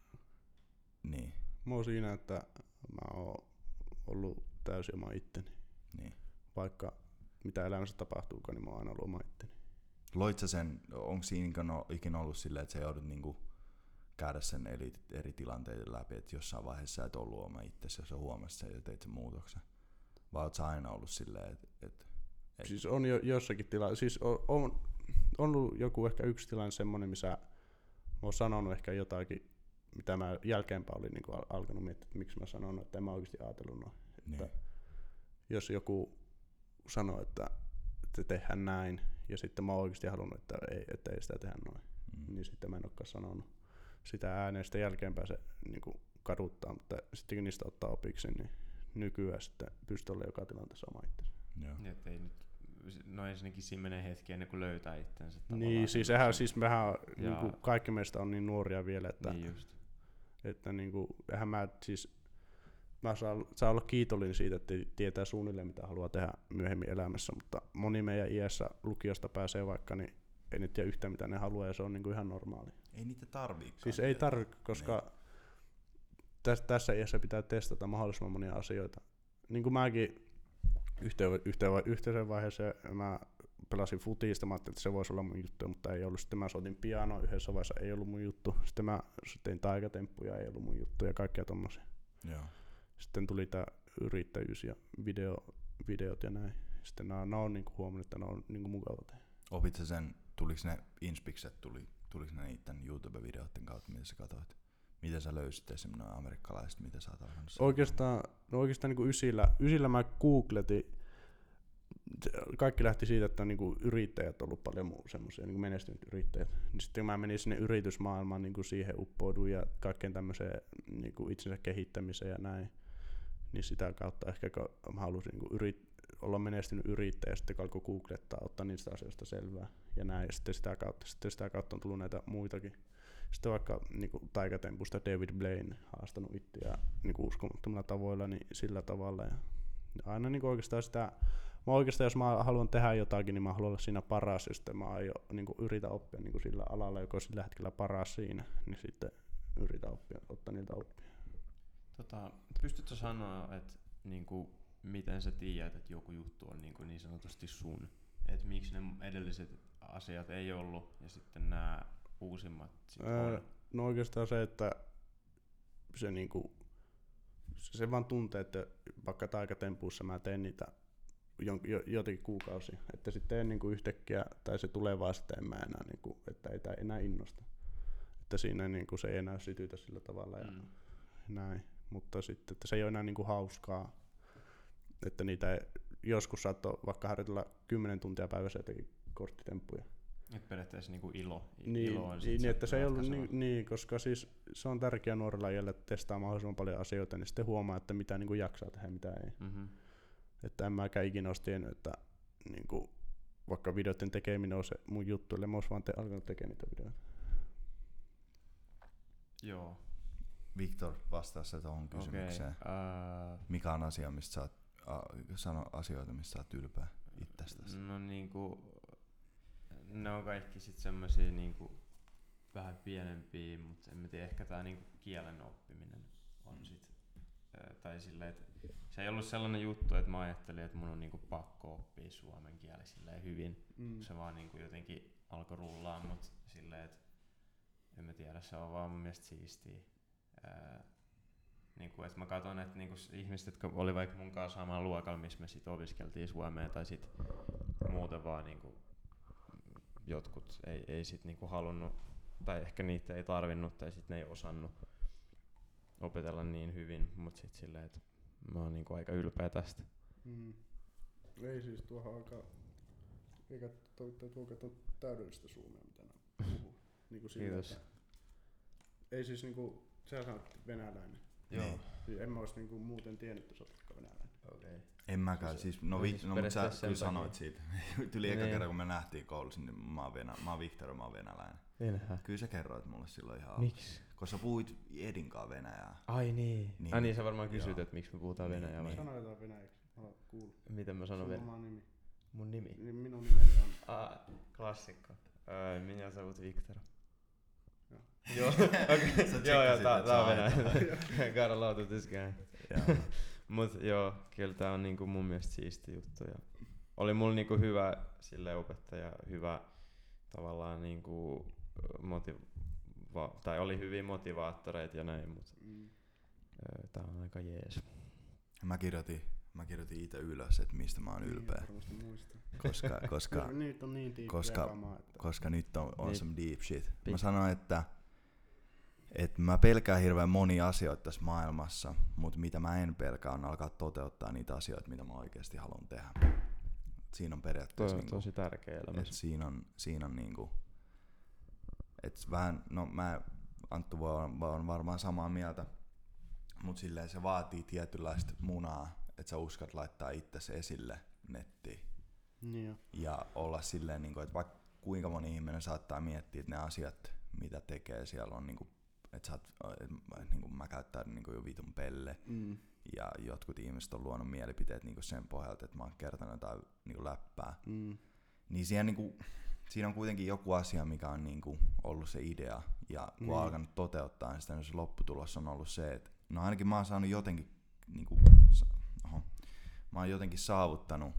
niin, mä oon siinä, että mä oon ollut täysin oma itteni. niin. Vaikka mitä elämässä tapahtuukaan, niin mä oon aina ollut oma itteni. Loit sä sen, onko siinä ikinä ollut silleen, että sä joudut niinku käydä sen eri, eri tilanteiden läpi, että jossain vaiheessa sä et ollut oma itsesi, jos sä huomasit sen ja teit sen muutoksen? Vai oot sä aina ollut silleen, että... Et, et... Siis on jo jossakin tilanne, siis on, on, on ollut joku ehkä yksi tilanne semmonen, missä mä oon sanonut ehkä jotakin, mitä mä jälkeenpäin olin niinku al- alkanut miettiä, että miksi mä sanon, että en mä oikeasti ajatellut noin. Niin. Että jos joku sanoo, että, että tehdään näin, ja sitten mä oon oikeasti halunnut, että ei, että ei sitä tehdä noin, mm. niin sitten mä en olekaan sanonut sitä ääneen. Sitten jälkeenpäin se niin kuin kaduttaa, mutta sitten kun niistä ottaa opiksi, niin nykyään sitten pystyy olemaan joka tilanteessa oma itsensä. Joo. Niin, ettei nyt, no ensinnäkin siinä menee hetki ennen kuin löytää itsensä. Niin, siis sehän siis mehän, Ja- niin kuin kaikki meistä on niin nuoria vielä, että, Niin just. että niin kuin, eihän mä siis, mä saan, saan olla kiitollinen siitä, että tietää suunnilleen mitä haluaa tehdä myöhemmin elämässä, mutta moni meidän iässä lukiosta pääsee vaikka, niin ei nyt tiedä yhtään mitä ne haluaa ja se on niin kuin ihan normaali. Ei niitä tarviikaan. Siis ei tarvitse, koska täs, tässä iässä pitää testata mahdollisimman monia asioita. Niin kuin mäkin yhteen, yhteen, yhteen vaiheessa mä pelasin futista, mä ajattelin, että se voisi olla mun juttu, mutta ei ollut. Sitten mä soitin pianoa yhdessä vaiheessa, ei ollut mun juttu. Sitten mä tein taikatemppuja, ei ollut mun juttu ja kaikkea tommosia. Joo. Sitten tuli tää yrittäjyys ja video, videot ja näin. Sitten nää, nää on niinku huomannut, että nää on niinku mukava tehdä. Opit sä sen, tuliko ne inspikset, tuli, tuliko ne niiden YouTube-videoiden kautta, mitä sä katsoit? Miten sä löysit esimerkiksi amerikkalaiset, mitä sä oot alkanut sanoa? Oikeastaan, no oikeastaan niinku ysillä, ysillä mä googletin, kaikki lähti siitä, että niinku yrittäjät on ollut paljon semmoisia niinku menestyneet yrittäjät. Niin sitten mä menin sinne yritysmaailmaan, niinku siihen uppouduin ja kaikkeen tämmöiseen niinku itsensä kehittämiseen ja näin. Niin sitä kautta ehkä kun mä halusin niinku yrit, olla menestynyt yrittäjä, sitten kun alkoi googlettaa, ottaa niistä asioista selvää ja näin. Ja sitten sitä kautta, sitten sitä kautta on tullut näitä muitakin. Sitten vaikka niinku taikatempusta David Blaine haastanut itseään niinku uskomattomilla tavoilla, niin sillä tavalla. Ja, ja aina niinku oikeastaan sitä, mä oikeastaan jos mä haluan tehdä jotakin, niin mä haluan olla siinä paras, ja sitten mä aion niinku yritä oppia niinku sillä alalla, joka on sillä hetkellä paras siinä, niin sitten yritä oppia, ottaa niiltä oppia. Tota, pystytkö sanoa, että niinku, miten sä tiedät, että joku juttu on niinku niin sanotusti sun? Että miksi ne edelliset asiat ei ollut ja sitten nämä uusimmat sit Öö, on? no oikeastaan se, että se niinku, se vaan tuntee, että vaikka taikatempuissa mä teen niitä jo, jo, jotenkin kuukausia, että sitten teen niinku yhtäkkiä, tai se tulee vaan sitten en mä enää, niinku, että ei tää enää innosta. Että siinä niinku se ei enää sytytä sillä tavalla ja Mm. näin. Mutta sitten, että se ei ole enää niinku hauskaa, että niitä ei, joskus saattoi vaikka harjoitella kymmenen tuntia päivässä jotenkin korttitemppuja. Et periaatteessa niinku ilo, i- Niin, ilo on sit niin, että se ei ollut ratkaiseva. niin, niin, koska siis se on tärkeää nuorella iällä testaa mahdollisimman paljon asioita, niin sitten huomaa, että mitä niin kuin jaksaa tehdä, mitä ei. Mm-hmm. Että en mäkään ikinä olisi tiennyt, että niin kuin, vaikka videoiden tekeminen on se mun juttu, ellei mä olisi vaan te- alkanut tekemään niitä videoita. Joo. Viktor, vastaa se tuohon kysymykseen. Okay. Uh, Mikä on asia, mistä sä oot, uh, sano asioita, mistä sä oot ylpeä itsestäsi? no niinku, ne on kaikki sit semmosia niinku vähän pienempiä, mutta en mä tiedä, ehkä tää niinku kielen oppiminen on sit, ää, tai silleen, että se ei ollut sellainen juttu, että mä ajattelin, että mun on niinku pakko oppia suomen kieli silleen hyvin. Mm. Se vaan niinku jotenkin alkoi rullaa, mut silleen, että en mä tiedä, se on vaan mun mielestä siistiä. Ää, niinku, että mä katson, että niinku ihmiset, jotka oli vaikka mun kanssa samalla luokalla, missä me sit opiskeltiin suomea, tai sit muuten vaan niinku jotkut ei, ei sit niinku halunnut, tai ehkä niitä ei tarvinnut, tai sit ne ei osannut opetella niin hyvin, mut sit silleen, että mä oon niinku aika ylpeä tästä. Mm. Ei siis tuohon aika, eikä tuo kato täydellistä suomea, mitä ne puhuu. Niinku sillä, Kiitos. että, ei siis niinku, sä sanot venäläinen. Joo. Niin. Siis en mä ois niinku muuten tiennyt, että sä oot venäläinen. Okei. En mäkään, Se- siis, no, no vi, siis no mutta sä periaatteessa kyllä sen sanoit takia. siitä. Tyli eka Niin. kerran kun me nähtiin koulussa, niin mä oon, venä, mä oon Victor, mä oon venäläinen. Venäjä. Kyllä sä kerroit mulle silloin ihan Miksi? koska sä puhuit Edinkaan venäjää. Ai niin. Niin. Ai niin, sä varmaan kysyit, Joo. että miksi me puhutaan Niin, venäjää vai? niin. Sano jotain venäjäksi. Mä oon kuullut. Miten mä sanon Sun venäjää? oma nimi. Mun nimi? Niin minun nimeni on. Ah, klassikko. Öö, minä savut Victor. Joo. Joo, okei. Sä Joo, joo, tsekkasit, tää, että tää on sä oot- venäjä. Gotta love this guy. Joo. Mut joo, kyllä tää on niinku mun mielestä siisti juttu. Ja oli mulla niinku hyvä sille opettaja, hyvä tavallaan niinku motiva- tai oli hyviä motivaattoreita ja näin, mut Mm. öö, tää on aika jees. Mä kirjoitin, mä kirjoitin itse ylös, että mistä mä oon ylpeä. Niin, varmasti muistaa. Koska, koska, Kyllä niitä on niin tiippiä koska- kamaa, että... koska nyt on, on Niin. some deep shit. Mä Pik- sanoin, että, että mä pelkään hirveän monia asioita tässä maailmassa, mutta mitä mä en pelkää on alkaa toteuttaa niitä asioita, mitä mä oikeasti haluan tehdä. Siinä on Toi periaatteessa on niinku, tosi tärkeä et elämässä. siinä on, siinä on niinku, et vähän, no mä, Anttu voi olla, voi olla varmaan samaa mieltä, mutta silleen se vaatii tietynlaista munaa, että sä uskat laittaa itsesi esille nettiin. Niin jo. Ja olla silleen, niinku, että vaikka kuinka moni ihminen saattaa miettiä, että ne asiat, mitä tekee siellä on, niinku, että sä oot, et, niinku, mä käyttäydyn niinku jo vitun pelle. Mm. Ja jotkut ihmiset on luonut mielipiteet niinku sen pohjalta, että mä oon kertonut jotain niinku läppää. Mm. Niin siinä, niinku, siinä on kuitenkin joku asia, mikä on niinku ollut se idea. Ja kun Niin. on alkanut toteuttaa sitä, niin se lopputulos on ollut se, että no ainakin mä oon saanut jotenkin, niinku, sa- oho, mä oon jotenkin saavuttanut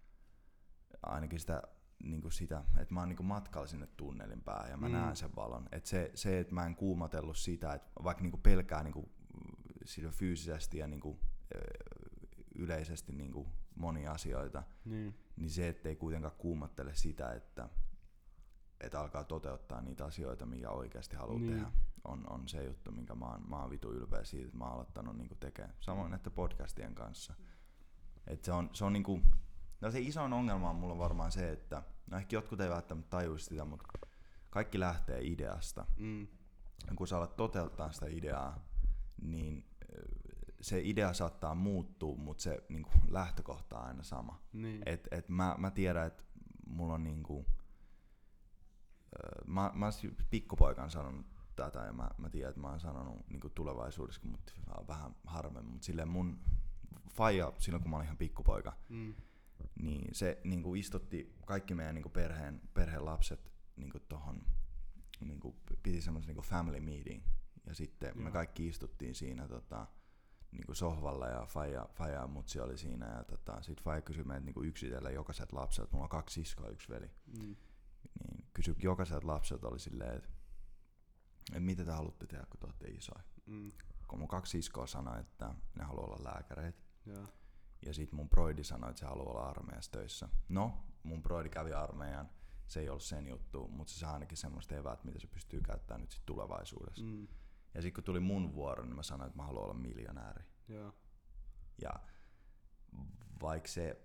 ainakin sitä, niinku sitä että mä oon niinku matkalla sinne tunnelin päähän ja mä Mm. näen sen valon. Et se, se, että mä en kuumotellut sitä, että vaikka niinku pelkää niinku, sitä fyysisesti ja niinku, ö, yleisesti niinku monia asioita, Niin. niin se, ettei kuitenkaan kuumottele sitä, että, että alkaa toteuttaa niitä asioita, mikä oikeasti haluaa Niin. tehdä, on, on se juttu, minkä mä oon, mä oon vitu ylpeä siitä, että mä oon aloittanut niinku tekemään. Samoin näiden podcastien kanssa. Et se on, se on niinku, no se isoin ongelma on mulla varmaan se, että no ehkä jotkut ei välttämättä tajua sitä, mutta kaikki lähtee ideasta. Mm. Ja kun sä alat toteuttaa sitä ideaa, niin ö, se idea saattaa muuttua, mutta se niinku, lähtökohta on aina sama. Niin. Et, et mä, mä tiedän, että mulla on niinku, ö, mä, mä oon pikkupoikan sanonut tätä ja mä, mä tiedän, että mä oon sanonut niinku tulevaisuudessa, mutta vähän harvemmin, mutta silleen mun faija silloin kun mä olin ihan pikkupoika, Mm. niin se niinku istutti kaikki meidän niinku perheen, perheen lapset niinku tohon, niinku piti semmoisen niinku family meeting ja sitten Joo. me kaikki istuttiin siinä tota, niinku sohvalla ja faija, faija ja mutsi oli siinä ja tota, sit faija kysyi meiltä niinku yksitellen jokaiset lapset, mulla on kaksi siskoa ja yksi veli, Mm. niin kysyi jokaiset lapset oli silleen, että et mitä te haluatte tehdä kun te olette isoja. Mm. Kun mun kaksi siskoa sanoi, että ne haluaa olla lääkäreitä. Joo. Ja sit mun broidi sanoi, että se haluaa olla armeijassa töissä. No, mun broidi kävi armeijan, se ei ollut sen juttu, mutta se saa ainakin semmoista eväät, mitä se pystyy käyttämään nyt sit tulevaisuudessa. Mm. Mm. Ja sit kun tuli mun vuoro, niin mä sanoin, että mä haluan olla miljonääri. Joo. Ja vaikka se,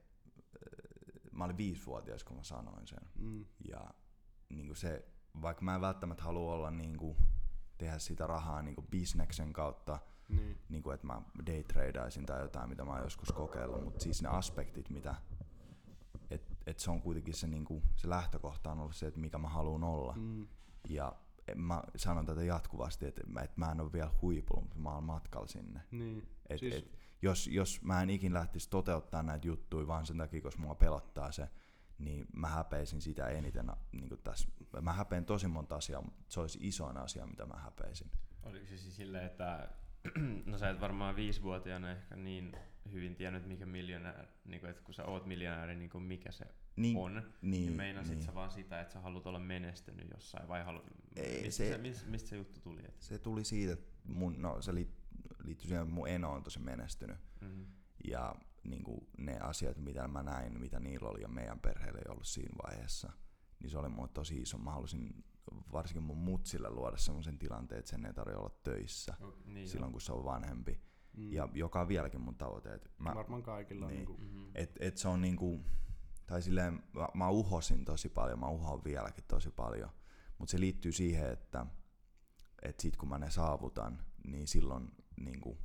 mä olin viisivuotias, kun mä sanoin sen. Mm. Ja niinku se, vaikka mä en välttämättä halua olla niinku, tehdä sitä rahaa niinku bisneksen kautta, Niin. niinku että mä daytradaisin tai jotain, mitä mä oon joskus kokeillut, mutta siis ne aspektit, mitä, että et se on kuitenkin se, niinku, se lähtökohta on ollut se, että mikä mä haluan olla. Mm. Ja mä sanon tätä jatkuvasti, että mä, et mä en ole vielä huipulla, mutta mä oon matkalla sinne. Niin. Et, Siis- et, jos, jos mä en ikin lähtisi toteuttaa näitä juttuja vaan sen takia, koska mua pelottaa se, niin mä häpeisin sitä eniten. Niin tässä. Mä häpein tosi monta asiaa, mutta se olisi isoin asia, mitä mä häpeisin. Oliko se siis silleen, että no sä et varmaan viisivuotiaana ehkä niin hyvin tiennyt, mikä miljonääri, niin että kun sä oot miljonääri, niin kuin mikä se Niin, on. niin, Niin meinasit niin. sä vaan sitä, että sä haluat olla menestynyt jossain, vai haluat, Ei, mistä, se- se, mistä, mistä se juttu tuli? Että? Se tuli siitä, että mun, no, se liit, liittyi siihen, että mun eno on tosi menestynyt. Mm-hmm. Ja niin kuin ne asiat, mitä mä näin, mitä niillä oli ja meidän perheellä ei ollut siinä vaiheessa, niin se oli mulle tosi iso. Mä halusin varsinkin mun mutsille luoda semmoisen tilanteen, että sen ei tarvitse olla töissä Niin silloin, kun se on vanhempi. Mm. Ja joka on vieläkin mun tavoite. Et mä, Varmaan kaikilla niin. on niinku... Mm-hmm. et, et se on niinku, tai silleen, mä, mä uhosin tosi paljon, mä uhoan vieläkin tosi paljon. Mutta se liittyy siihen, että et sit kun mä ne saavutan, niin silloin niinku,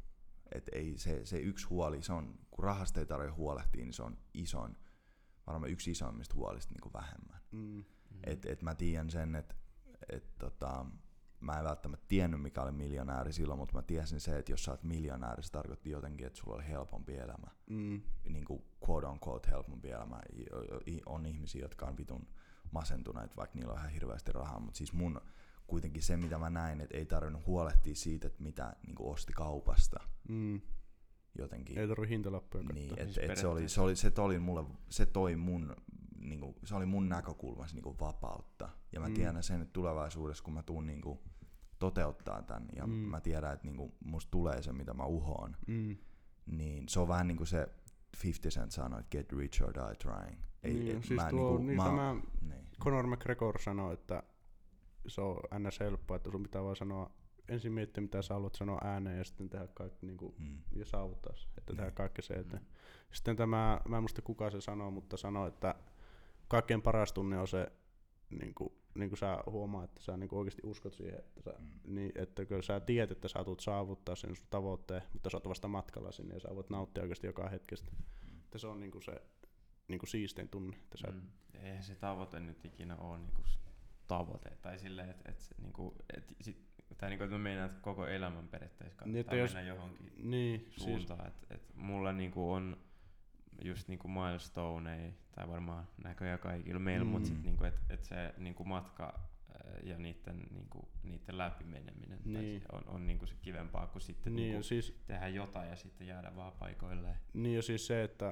Et ei, se, se yksi huoli, se on, kun rahasta ei tarvitse huolehtia, niin se on isoin, varmaan yksi isoimmista huolista niin kuin vähemmän. Mm. Mm. Et, et mä tiedän sen, että et, tota, mä en välttämättä tiennyt, mikä oli miljonääri silloin, mutta mä tiesin se, että jos sä oot miljonääri, se tarkoitti jotenkin, että sulla oli helpompi elämä. Mm. Niin kuin quote on quote helpompi elämä. On ihmisiä, jotka on vitun masentuneet, vaikka niillä on ihan hirveästi rahaa, mutta siis mun kuitenkin se, mitä mä näin, että ei tarvinnut huolehtia siitä, että mitä niin kuin osti kaupasta. Mm. Jotenkin. Ei tarvitse hintalappuja katsoa. Niin, et, Siis et se, oli, se, oli, se, toi mulle, se toi mun, niinku, se oli mun näkökulmassa niinku vapautta. Ja mä Mm. tiedän sen, että tulevaisuudessa kun mä tuun niinku toteuttaa tän, ja Mm. mä tiedän, että niinku musta tulee se, mitä mä uhoon, Mm. niin se on vähän niinku se fifty Cent sanoi, että get rich or die trying. Ei, Niin, et siis mä, tuo, niinku, niin mä, tämä niin. Conor McGregor sanoi, että se on ns. Helppoa, että sun pitää vaan sanoa, ensin miettiä mitä sä haluat sanoa ääneen ja sitten tehdä kaikki niinku, Mm. ja saavuttaa se, että tehdä Niin. kaikki se eteen. Mm. Sitten tämä, mä en muista kuka se sanoo, mutta sanoi, että kaikkein paras tunne on se, niinku, niinku sä huomaat, että sä niinku oikeasti uskot siihen, että, sä, Mm. niin, että kun sä tiedät, että sä tulet saavuttaa sen sun tavoitteen, mutta sä oot vasta matkalla sinne ja sä voit nauttia oikeasti joka hetkestä. Että se on niinku se niinku siistein tunne. Että sä, Mm. Eihän se tavoite nyt ikinä ole niinku s- tavoite. Tai silleen, että et, se niinku, et sit, tai niinku, että mä meinaan, että koko elämän periaatteessa Niin, kannattaa että jos- mennä johonkin niin, siis, suuntaan. Et, et mulla niinku on just niinku milestoneja, tai varmaan näköjään kaikilla meillä, Mm. mm. mutta sit niinku, et, et se niinku matka ää, ja niitten, niinku, niitten läpimeneminen tai Niin. se on, on niinku se kivempaa kuin sitten niin, niinku ja siis, tehdä jotain ja sitten jäädä vaan paikoilleen. niin ja siis se, että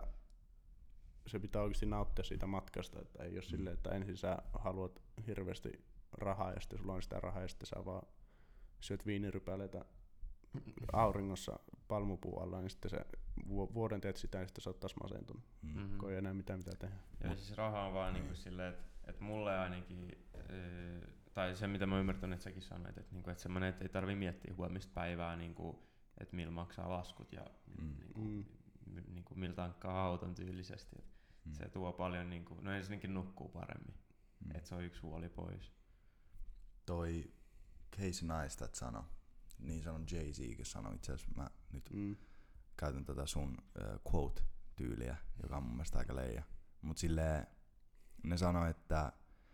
se pitää oikeasti nauttia siitä matkasta, että ei ole Mm. silleen, että ensin sä haluat hirveästi rahaa ja sitten sulla on sitä rahaa ja sitten sä vaan syöt viinirypäleitä auringossa palmupuun alla, niin sitten se vu- vuoden teet sitä ja sitten sä oot taas masentunut, Mm. Mm-hmm. kun ei enää mitään mitä tehdä. Ja siis raha on vaan niinku silleen, että et mulle ainakin, öö, tai se mitä mä ymmärtänyt, että säkin sanoit, että niinku, et semmonen, että ei tarvi miettiä huomista päivää, niinku, että millä maksaa laskut ja Mm. niinku, Mm. m- niinku, millä tankkaa auton tyylisesti. Et Mm. se tuo paljon, niinku, no ensinnäkin nukkuu paremmin, Mm. että se on yksi huoli pois. Toi Casey Neistat sanoi, niin sanon Jay-Zkin sanoi, itse asiassa mä nyt Mm. käytän tätä sun uh, quote-tyyliä, joka on mun mielestä aika leija. Mut silleen ne sanoi, että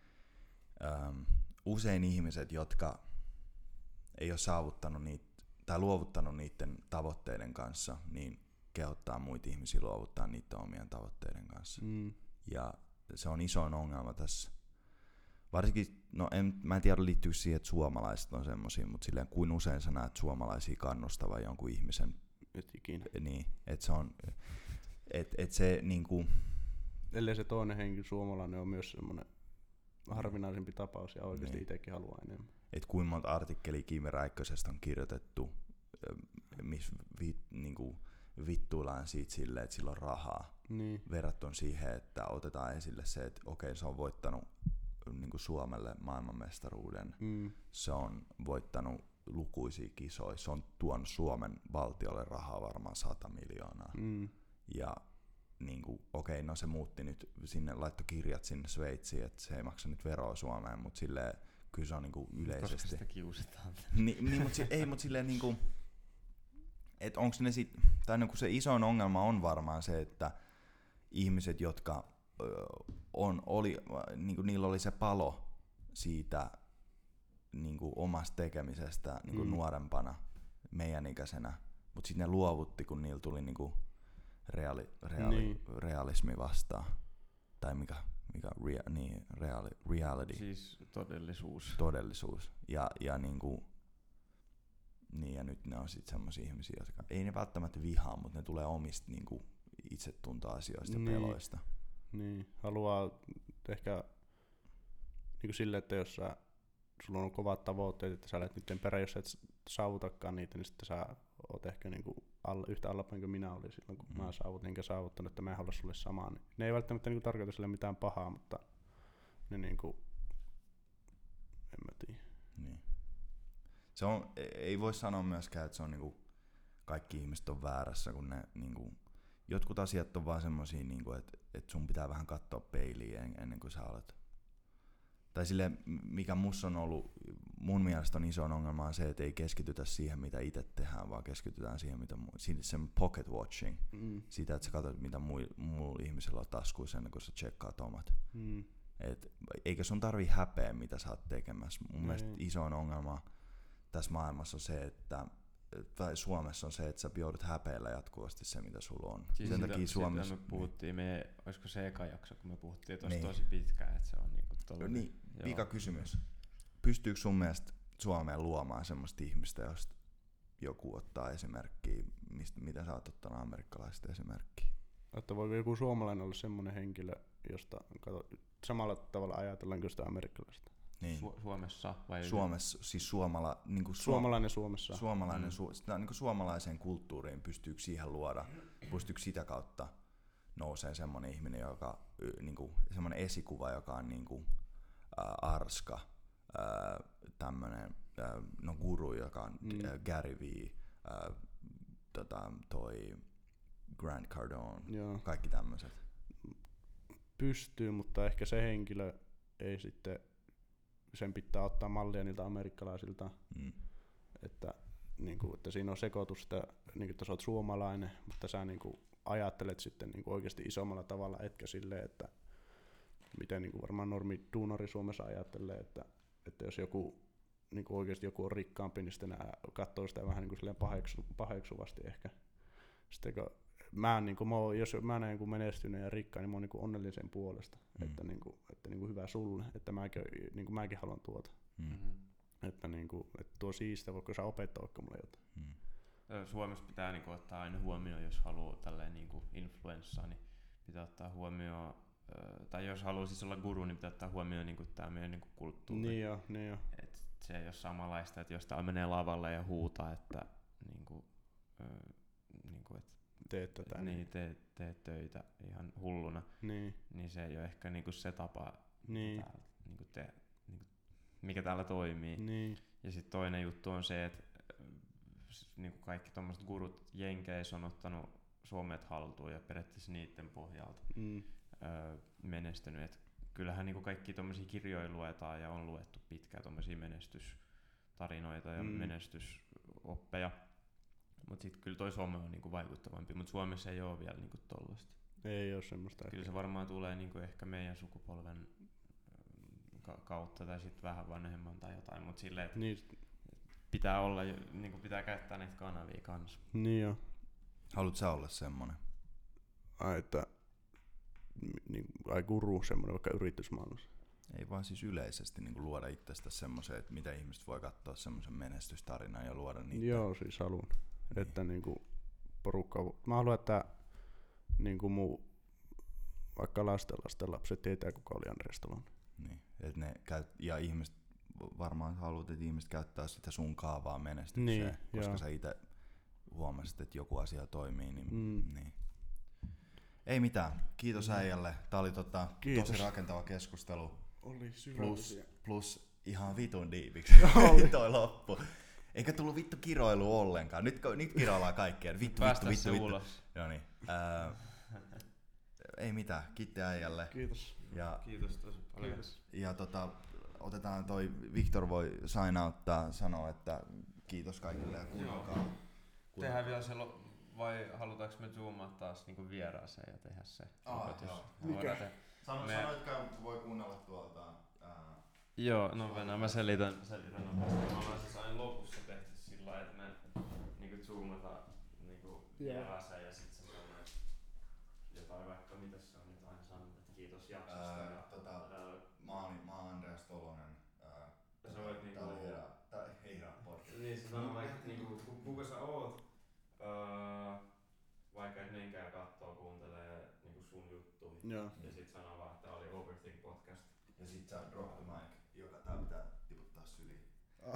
um, usein ihmiset, jotka ei ole saavuttanut niitä tai luovuttanut niiden tavoitteiden kanssa, niin kehottaa muita ihmisiä luovuttaa niiden omien tavoitteiden kanssa. Mm. Ja se on isoin ongelma tässä. Varsinkin, no en, mä en tiedä liittyykö siihen, että suomalaiset on semmosia, mutta silleen kuin usein sä näet suomalaisia kannustavan jonkun ihmisen, Et ikinä. niin, että se on, että et se niinku, Ellei se toinen henkilö suomalainen on myös semmoinen harvinaisempi tapaus ja oikeasti Niin. itsekin haluaa enemmän. että kuinka monta artikkelia Kimi Räikkösestä on kirjoitettu, missä vi, niinku, vittuillaan siitä silleen, että sillä on rahaa, Niin. verrattuna siihen, että otetaan esille se, että okei, se on voittanut niinku Suomelle maailmanmestaruuden, Mm. se on voittanut lukuisia kisoja, se on tuonut Suomen valtiolle rahaa varmaan sata miljoonaa. Mm. Ja niinku, okei, no se muutti nyt sinne, laittoi kirjat sinne Sveitsiin, että se ei maksa nyt veroa Suomeen, mutta silleen, kyllä se on niinku Koska yleisesti. sitä kiusataan. Ni, niin, mutta si, ei, mutta silleen niinku, että onko ne sit, tai niinku se isoin ongelma on varmaan se, että ihmiset, jotka ö, on, oli, niinku niillä oli se palo siitä niinku omasta tekemisestä niinku Mm. nuorempana, meidän ikäisenä, mutta sitten ne luovutti, kun niillä tuli niinku reaali, reaali, Niin. realismi vastaan. Tai mikä, mikä rea, niin, reaali, reality, Siis todellisuus. todellisuus. Ja, ja niinku, niin ja nyt ne on sitten semmoisia ihmisiä, jotka ei ne välttämättä vihaa, mutta ne tulee omista niinku itsetuntoasioista ja Niin. peloista. Niin, haluaa ehkä niinku silleen, että jos sä, sulla on kovat tavoitteet, että sä lähdet niiden perään, jos sä et saavutakaan niitä, niin sitten sä oot ehkä niinku alla, yhtä allapäin kuin minä olin silloin, kun Mm. mm. mä saavutin enkä saavuttanut, että mä en halua sulle samaa. Niin ne ei välttämättä niinku tarkoita sille mitään pahaa, mutta ne niinku, en mä tiedä. Niin. Se on, ei voi sanoa myöskään, että se on niinku, kaikki ihmiset on väärässä, kun ne niinku, jotkut asiat on vaan semmosia, niinku, että et sun pitää vähän katsoa peiliin ennen kuin sä alat. Tai silleen, mikä musta on ollut mun mielestä on iso ongelma on se, että ei keskitytä siihen, mitä itse tehdään, vaan keskitytään siihen, mitä mu- sen pocket watching. Mm. Sitä, että sä katsot, mitä muilla ihmisillä on taskuissa ennen kuin sä tsekkaat omat. Mm. Et, eikä sun tarvii häpeä, mitä sä oot tekemässä. Mun mm. mielestä isoin ongelma tässä maailmassa on se, että tai Suomessa on se, että sä joudut häpeillä jatkuvasti se, mitä sulla on. Siis sen sitä, takia Suomessa... me puhuttiin, me, olisiko se eka jakso, kun me puhuttiin tuossa niin. tosi pitkään, että se on niinku tollainen. Niin, vika kysymys. Pystyykö sun mielestä Suomeen luomaan semmoista ihmistä, josta joku ottaa esimerkkiä, mistä, mitä sä oot ottanut amerikkalaisista esimerkkiä? Että voiko joku suomalainen olla semmoinen henkilö, josta kato, samalla tavalla ajatellaan kuin sitä amerikkalaista? Niin. Su- Suomessa vai? Suomessa, siis suomala, niin kuin suomalainen Suomessa. Suomalainen, mm. su, sitä, niin kuin suomalaiseen kulttuuriin pystyykö siihen luoda, pystyykö sitä kautta nousee semmoinen ihminen, joka, niin kuin, semmoinen esikuva, joka on niin kuin, ä, arska, ä, tämmöinen ä, no guru, joka on mm. ä, Gary Vee, ä, tota, toi Grant Cardone, Joo. kaikki tämmöiset. Pystyy, mutta ehkä se henkilö ei sitten, sen pitää ottaa mallia niiltä amerikkalaisilta, mm. että, niin kuin, että siinä on sekoitusta, niin kuin, että sä oot suomalainen, mutta sä niin kuin, ajattelet sitten niin kuin, oikeasti isommalla tavalla, etkä silleen, että miten niin kuin, varmaan normi duunari Suomessa ajattelee, että, että jos joku niin kuin, oikeasti joku on rikkaampi, niin sitten katsoo sitä vähän niin kuin, paheksu, paheksuvasti ehkä. Sitten kun mä, niin kuin, mä oon, jos mä näen jonkun menestyneen ja rikkaan, niin mä oon niin onnellisen puolesta, mm. että, niin kuin, että niin kuin hyvä sulle, että mäkin, niin kuin mäkin haluan tuota. Mm-hmm. Että, niin kuin, että tuo siistä, voiko sä opettaa vaikka mulle jotain. Mm. Suomessa pitää niin kuin, ottaa aina huomioon, jos haluaa tälleen niin kuin influenssaa, niin pitää ottaa huomioon, tai jos haluaa siis olla guru, niin pitää ottaa huomioon niin kuin tämä meidän niin kuin kulttuuri. Niin jo, niin jo. Et se ei ole samanlaista, että jos täällä menee lavalle ja huutaa, että niin kuin, niin kuin, että teet tätä. Niin, teet, teet töitä ihan hulluna. Niin. Niin se ei ole ehkä niinku se tapa, niin. Täällä, niinku te, niinku, mikä täällä toimii. Niin. Ja sitten toinen juttu on se, että niinku kaikki tommoset gurut Jenkeissä on ottanut Suomet haltuun ja periaatteessa niiden pohjalta mm. öö, menestynyt. Et kyllähän niinku kaikki tommosia kirjoja luetaan ja on luettu pitkään tommosia menestystarinoita ja mm. menestysoppeja. Mut sit kyllä toi some on niinku vaikuttavampi, mut Suomessa ei oo vielä niinku tollasta. Ei oo semmoista. Kyllä se varmaan tulee niinku ehkä meidän sukupolven ka- kautta tai sit vähän vanhemman tai jotain, mut silleen, että niin. pitää olla, niinku pitää käyttää näitä kanavia kans. Niin joo. Haluut sä olla semmonen? Ai, että niin, ai guru semmonen vaikka yritysmaailmassa. Ei vaan siis yleisesti niin kuin luoda itsestä semmoisen, että mitä ihmiset voi katsoa semmoisen menestystarinan ja luoda niitä. Joo, siis haluan. Niin. Että niinku porukka, mä haluan, että niinku mun vaikka lasten lasten lapset tietää, kuka oli Andreas Tolonen. Niin, et ne käy, ja ihmiset varmaan haluat, että ihmiset käyttää sitä sun kaavaa menestykseen, niin, koska joo. sä itse huomasit, että joku asia toimii. Niin, mm. niin. Ei mitään, kiitos mm. äijälle. Tää oli tota, tosi rakentava keskustelu. Oli plus, plus ihan vitun diipiksi toi loppu. Eikä tullut vittu kiroilu ollenkaan. Nyt, nyt kiroillaan kaikkea. Vittu, vittu, vittu, vittu. Ulos. Noniin. Ää, ei mitään. Kiitti äijälle. Kiitos. Ja, Kiitos tosi paljon. Kiitos. Ja tota, otetaan toi, Victor voi sign outtaa, sanoa, että kiitos kaikille ja kuunnelkaa. Tehdään vielä se, lo- vai halutaanko me zoomaa taas niinku vieraaseen ja tehdä se ah, opetus? Mikä? Te- sano, me... sano, että voi kuunnella tuolta. Ää, Joo, no venään, mä selitän, selitän nopeasti. Me ollaan siis aina lopussa tehty sillä lailla, että me niinku zoomataan niinku vieraaseen ja sit se sanoo jotain vaikka mitä se on nyt aina sanonut, että kiitos jaksosta. Ää, ja, tota, ää, mä, oon, mä oon Andreas Tolonen. Ää, ja sä voit niinku... Tää oli Heira, tää Heira podcast. Niin se sanoo vaikka niinku, kuka sä oot, ää, vaikka et menkään kattoo, kuuntelee niinku sun juttuja. Ja, ja sit sanoo vaan, että tää oli Overthink podcast. Ja sit sä drop the mic, joka tää pitää tiputtaa syliin. Ah.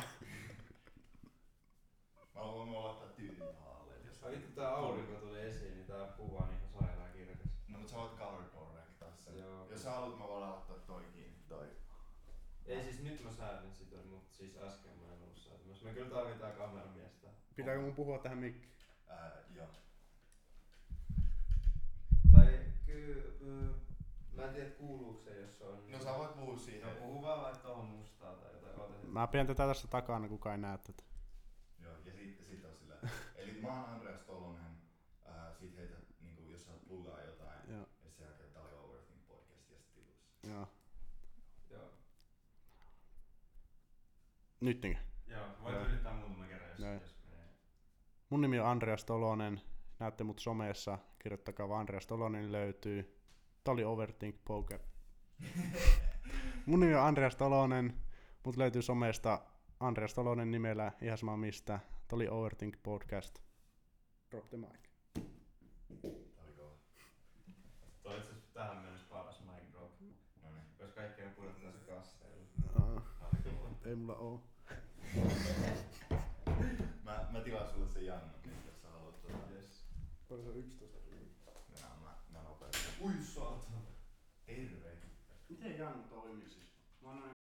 Mä haluan laittaa tyytin tähän alle. Jos vittu tää aurinko tuli esiin, niin tää kuva on ihan sairaan kirkas. No mut sä voit color correctaa sen. Joo. Jos sä haluat, mä voin laittaa toi kiinni. Toi. Ei siis nyt mä säädin sitä, mutta siis äsken mä en ollut säätämässä. Me kyllä tarvitaan kameramiestä. Pitääkö mun puhua tähän mikkiin? Ää, joo. Tai kyllä... Mä en tiedä kuuluuko se, jos se on... No sä voit puhua siihen. No puhu vaan vaikka tohon mustaa tai jotain. Oota, Mä pidän tätä tässä takana, kukaan ei näe tätä. Joo, ja sitten sit on sillä. Eli mä oon Andreas Tolonen. Äh, sit heitä, niinku, jos sä plugaa jotain. Joo. Ja sen jälkeen tää oli Overthink podcast ja sit tiluissa. Joo. Joo. Nyt niinkö? Joo, voit Joo. yrittää muutaman kerran, jos, Joo. jos menee. Mun nimi on Andreas Tolonen. Näette mut somessa. Kirjoittakaa vaan Andreas Tolonen, niin löytyy. Tää oli Overthink Poker. Mun nimi on Andreas Tolonen. Mut löytyy somesta Andreas Tolonen nimellä, ihan sama mistä. Tää oli Overthink Podcast. Drop the mic. Tää oli kova. Toi on itse asiassa tähän mennessä paras mic drop. Noniin. Jos kaikkea pudotetaan se kasseilla. Uh, ei mulla oo. Mä, mä tilaan sulle sen Jannon, jos sä haluat tota. Yes. On se yksitoista. Ja mä, mä nopeasti. Ui saatana. Terve. Miten Janno toimii siis? Mä annan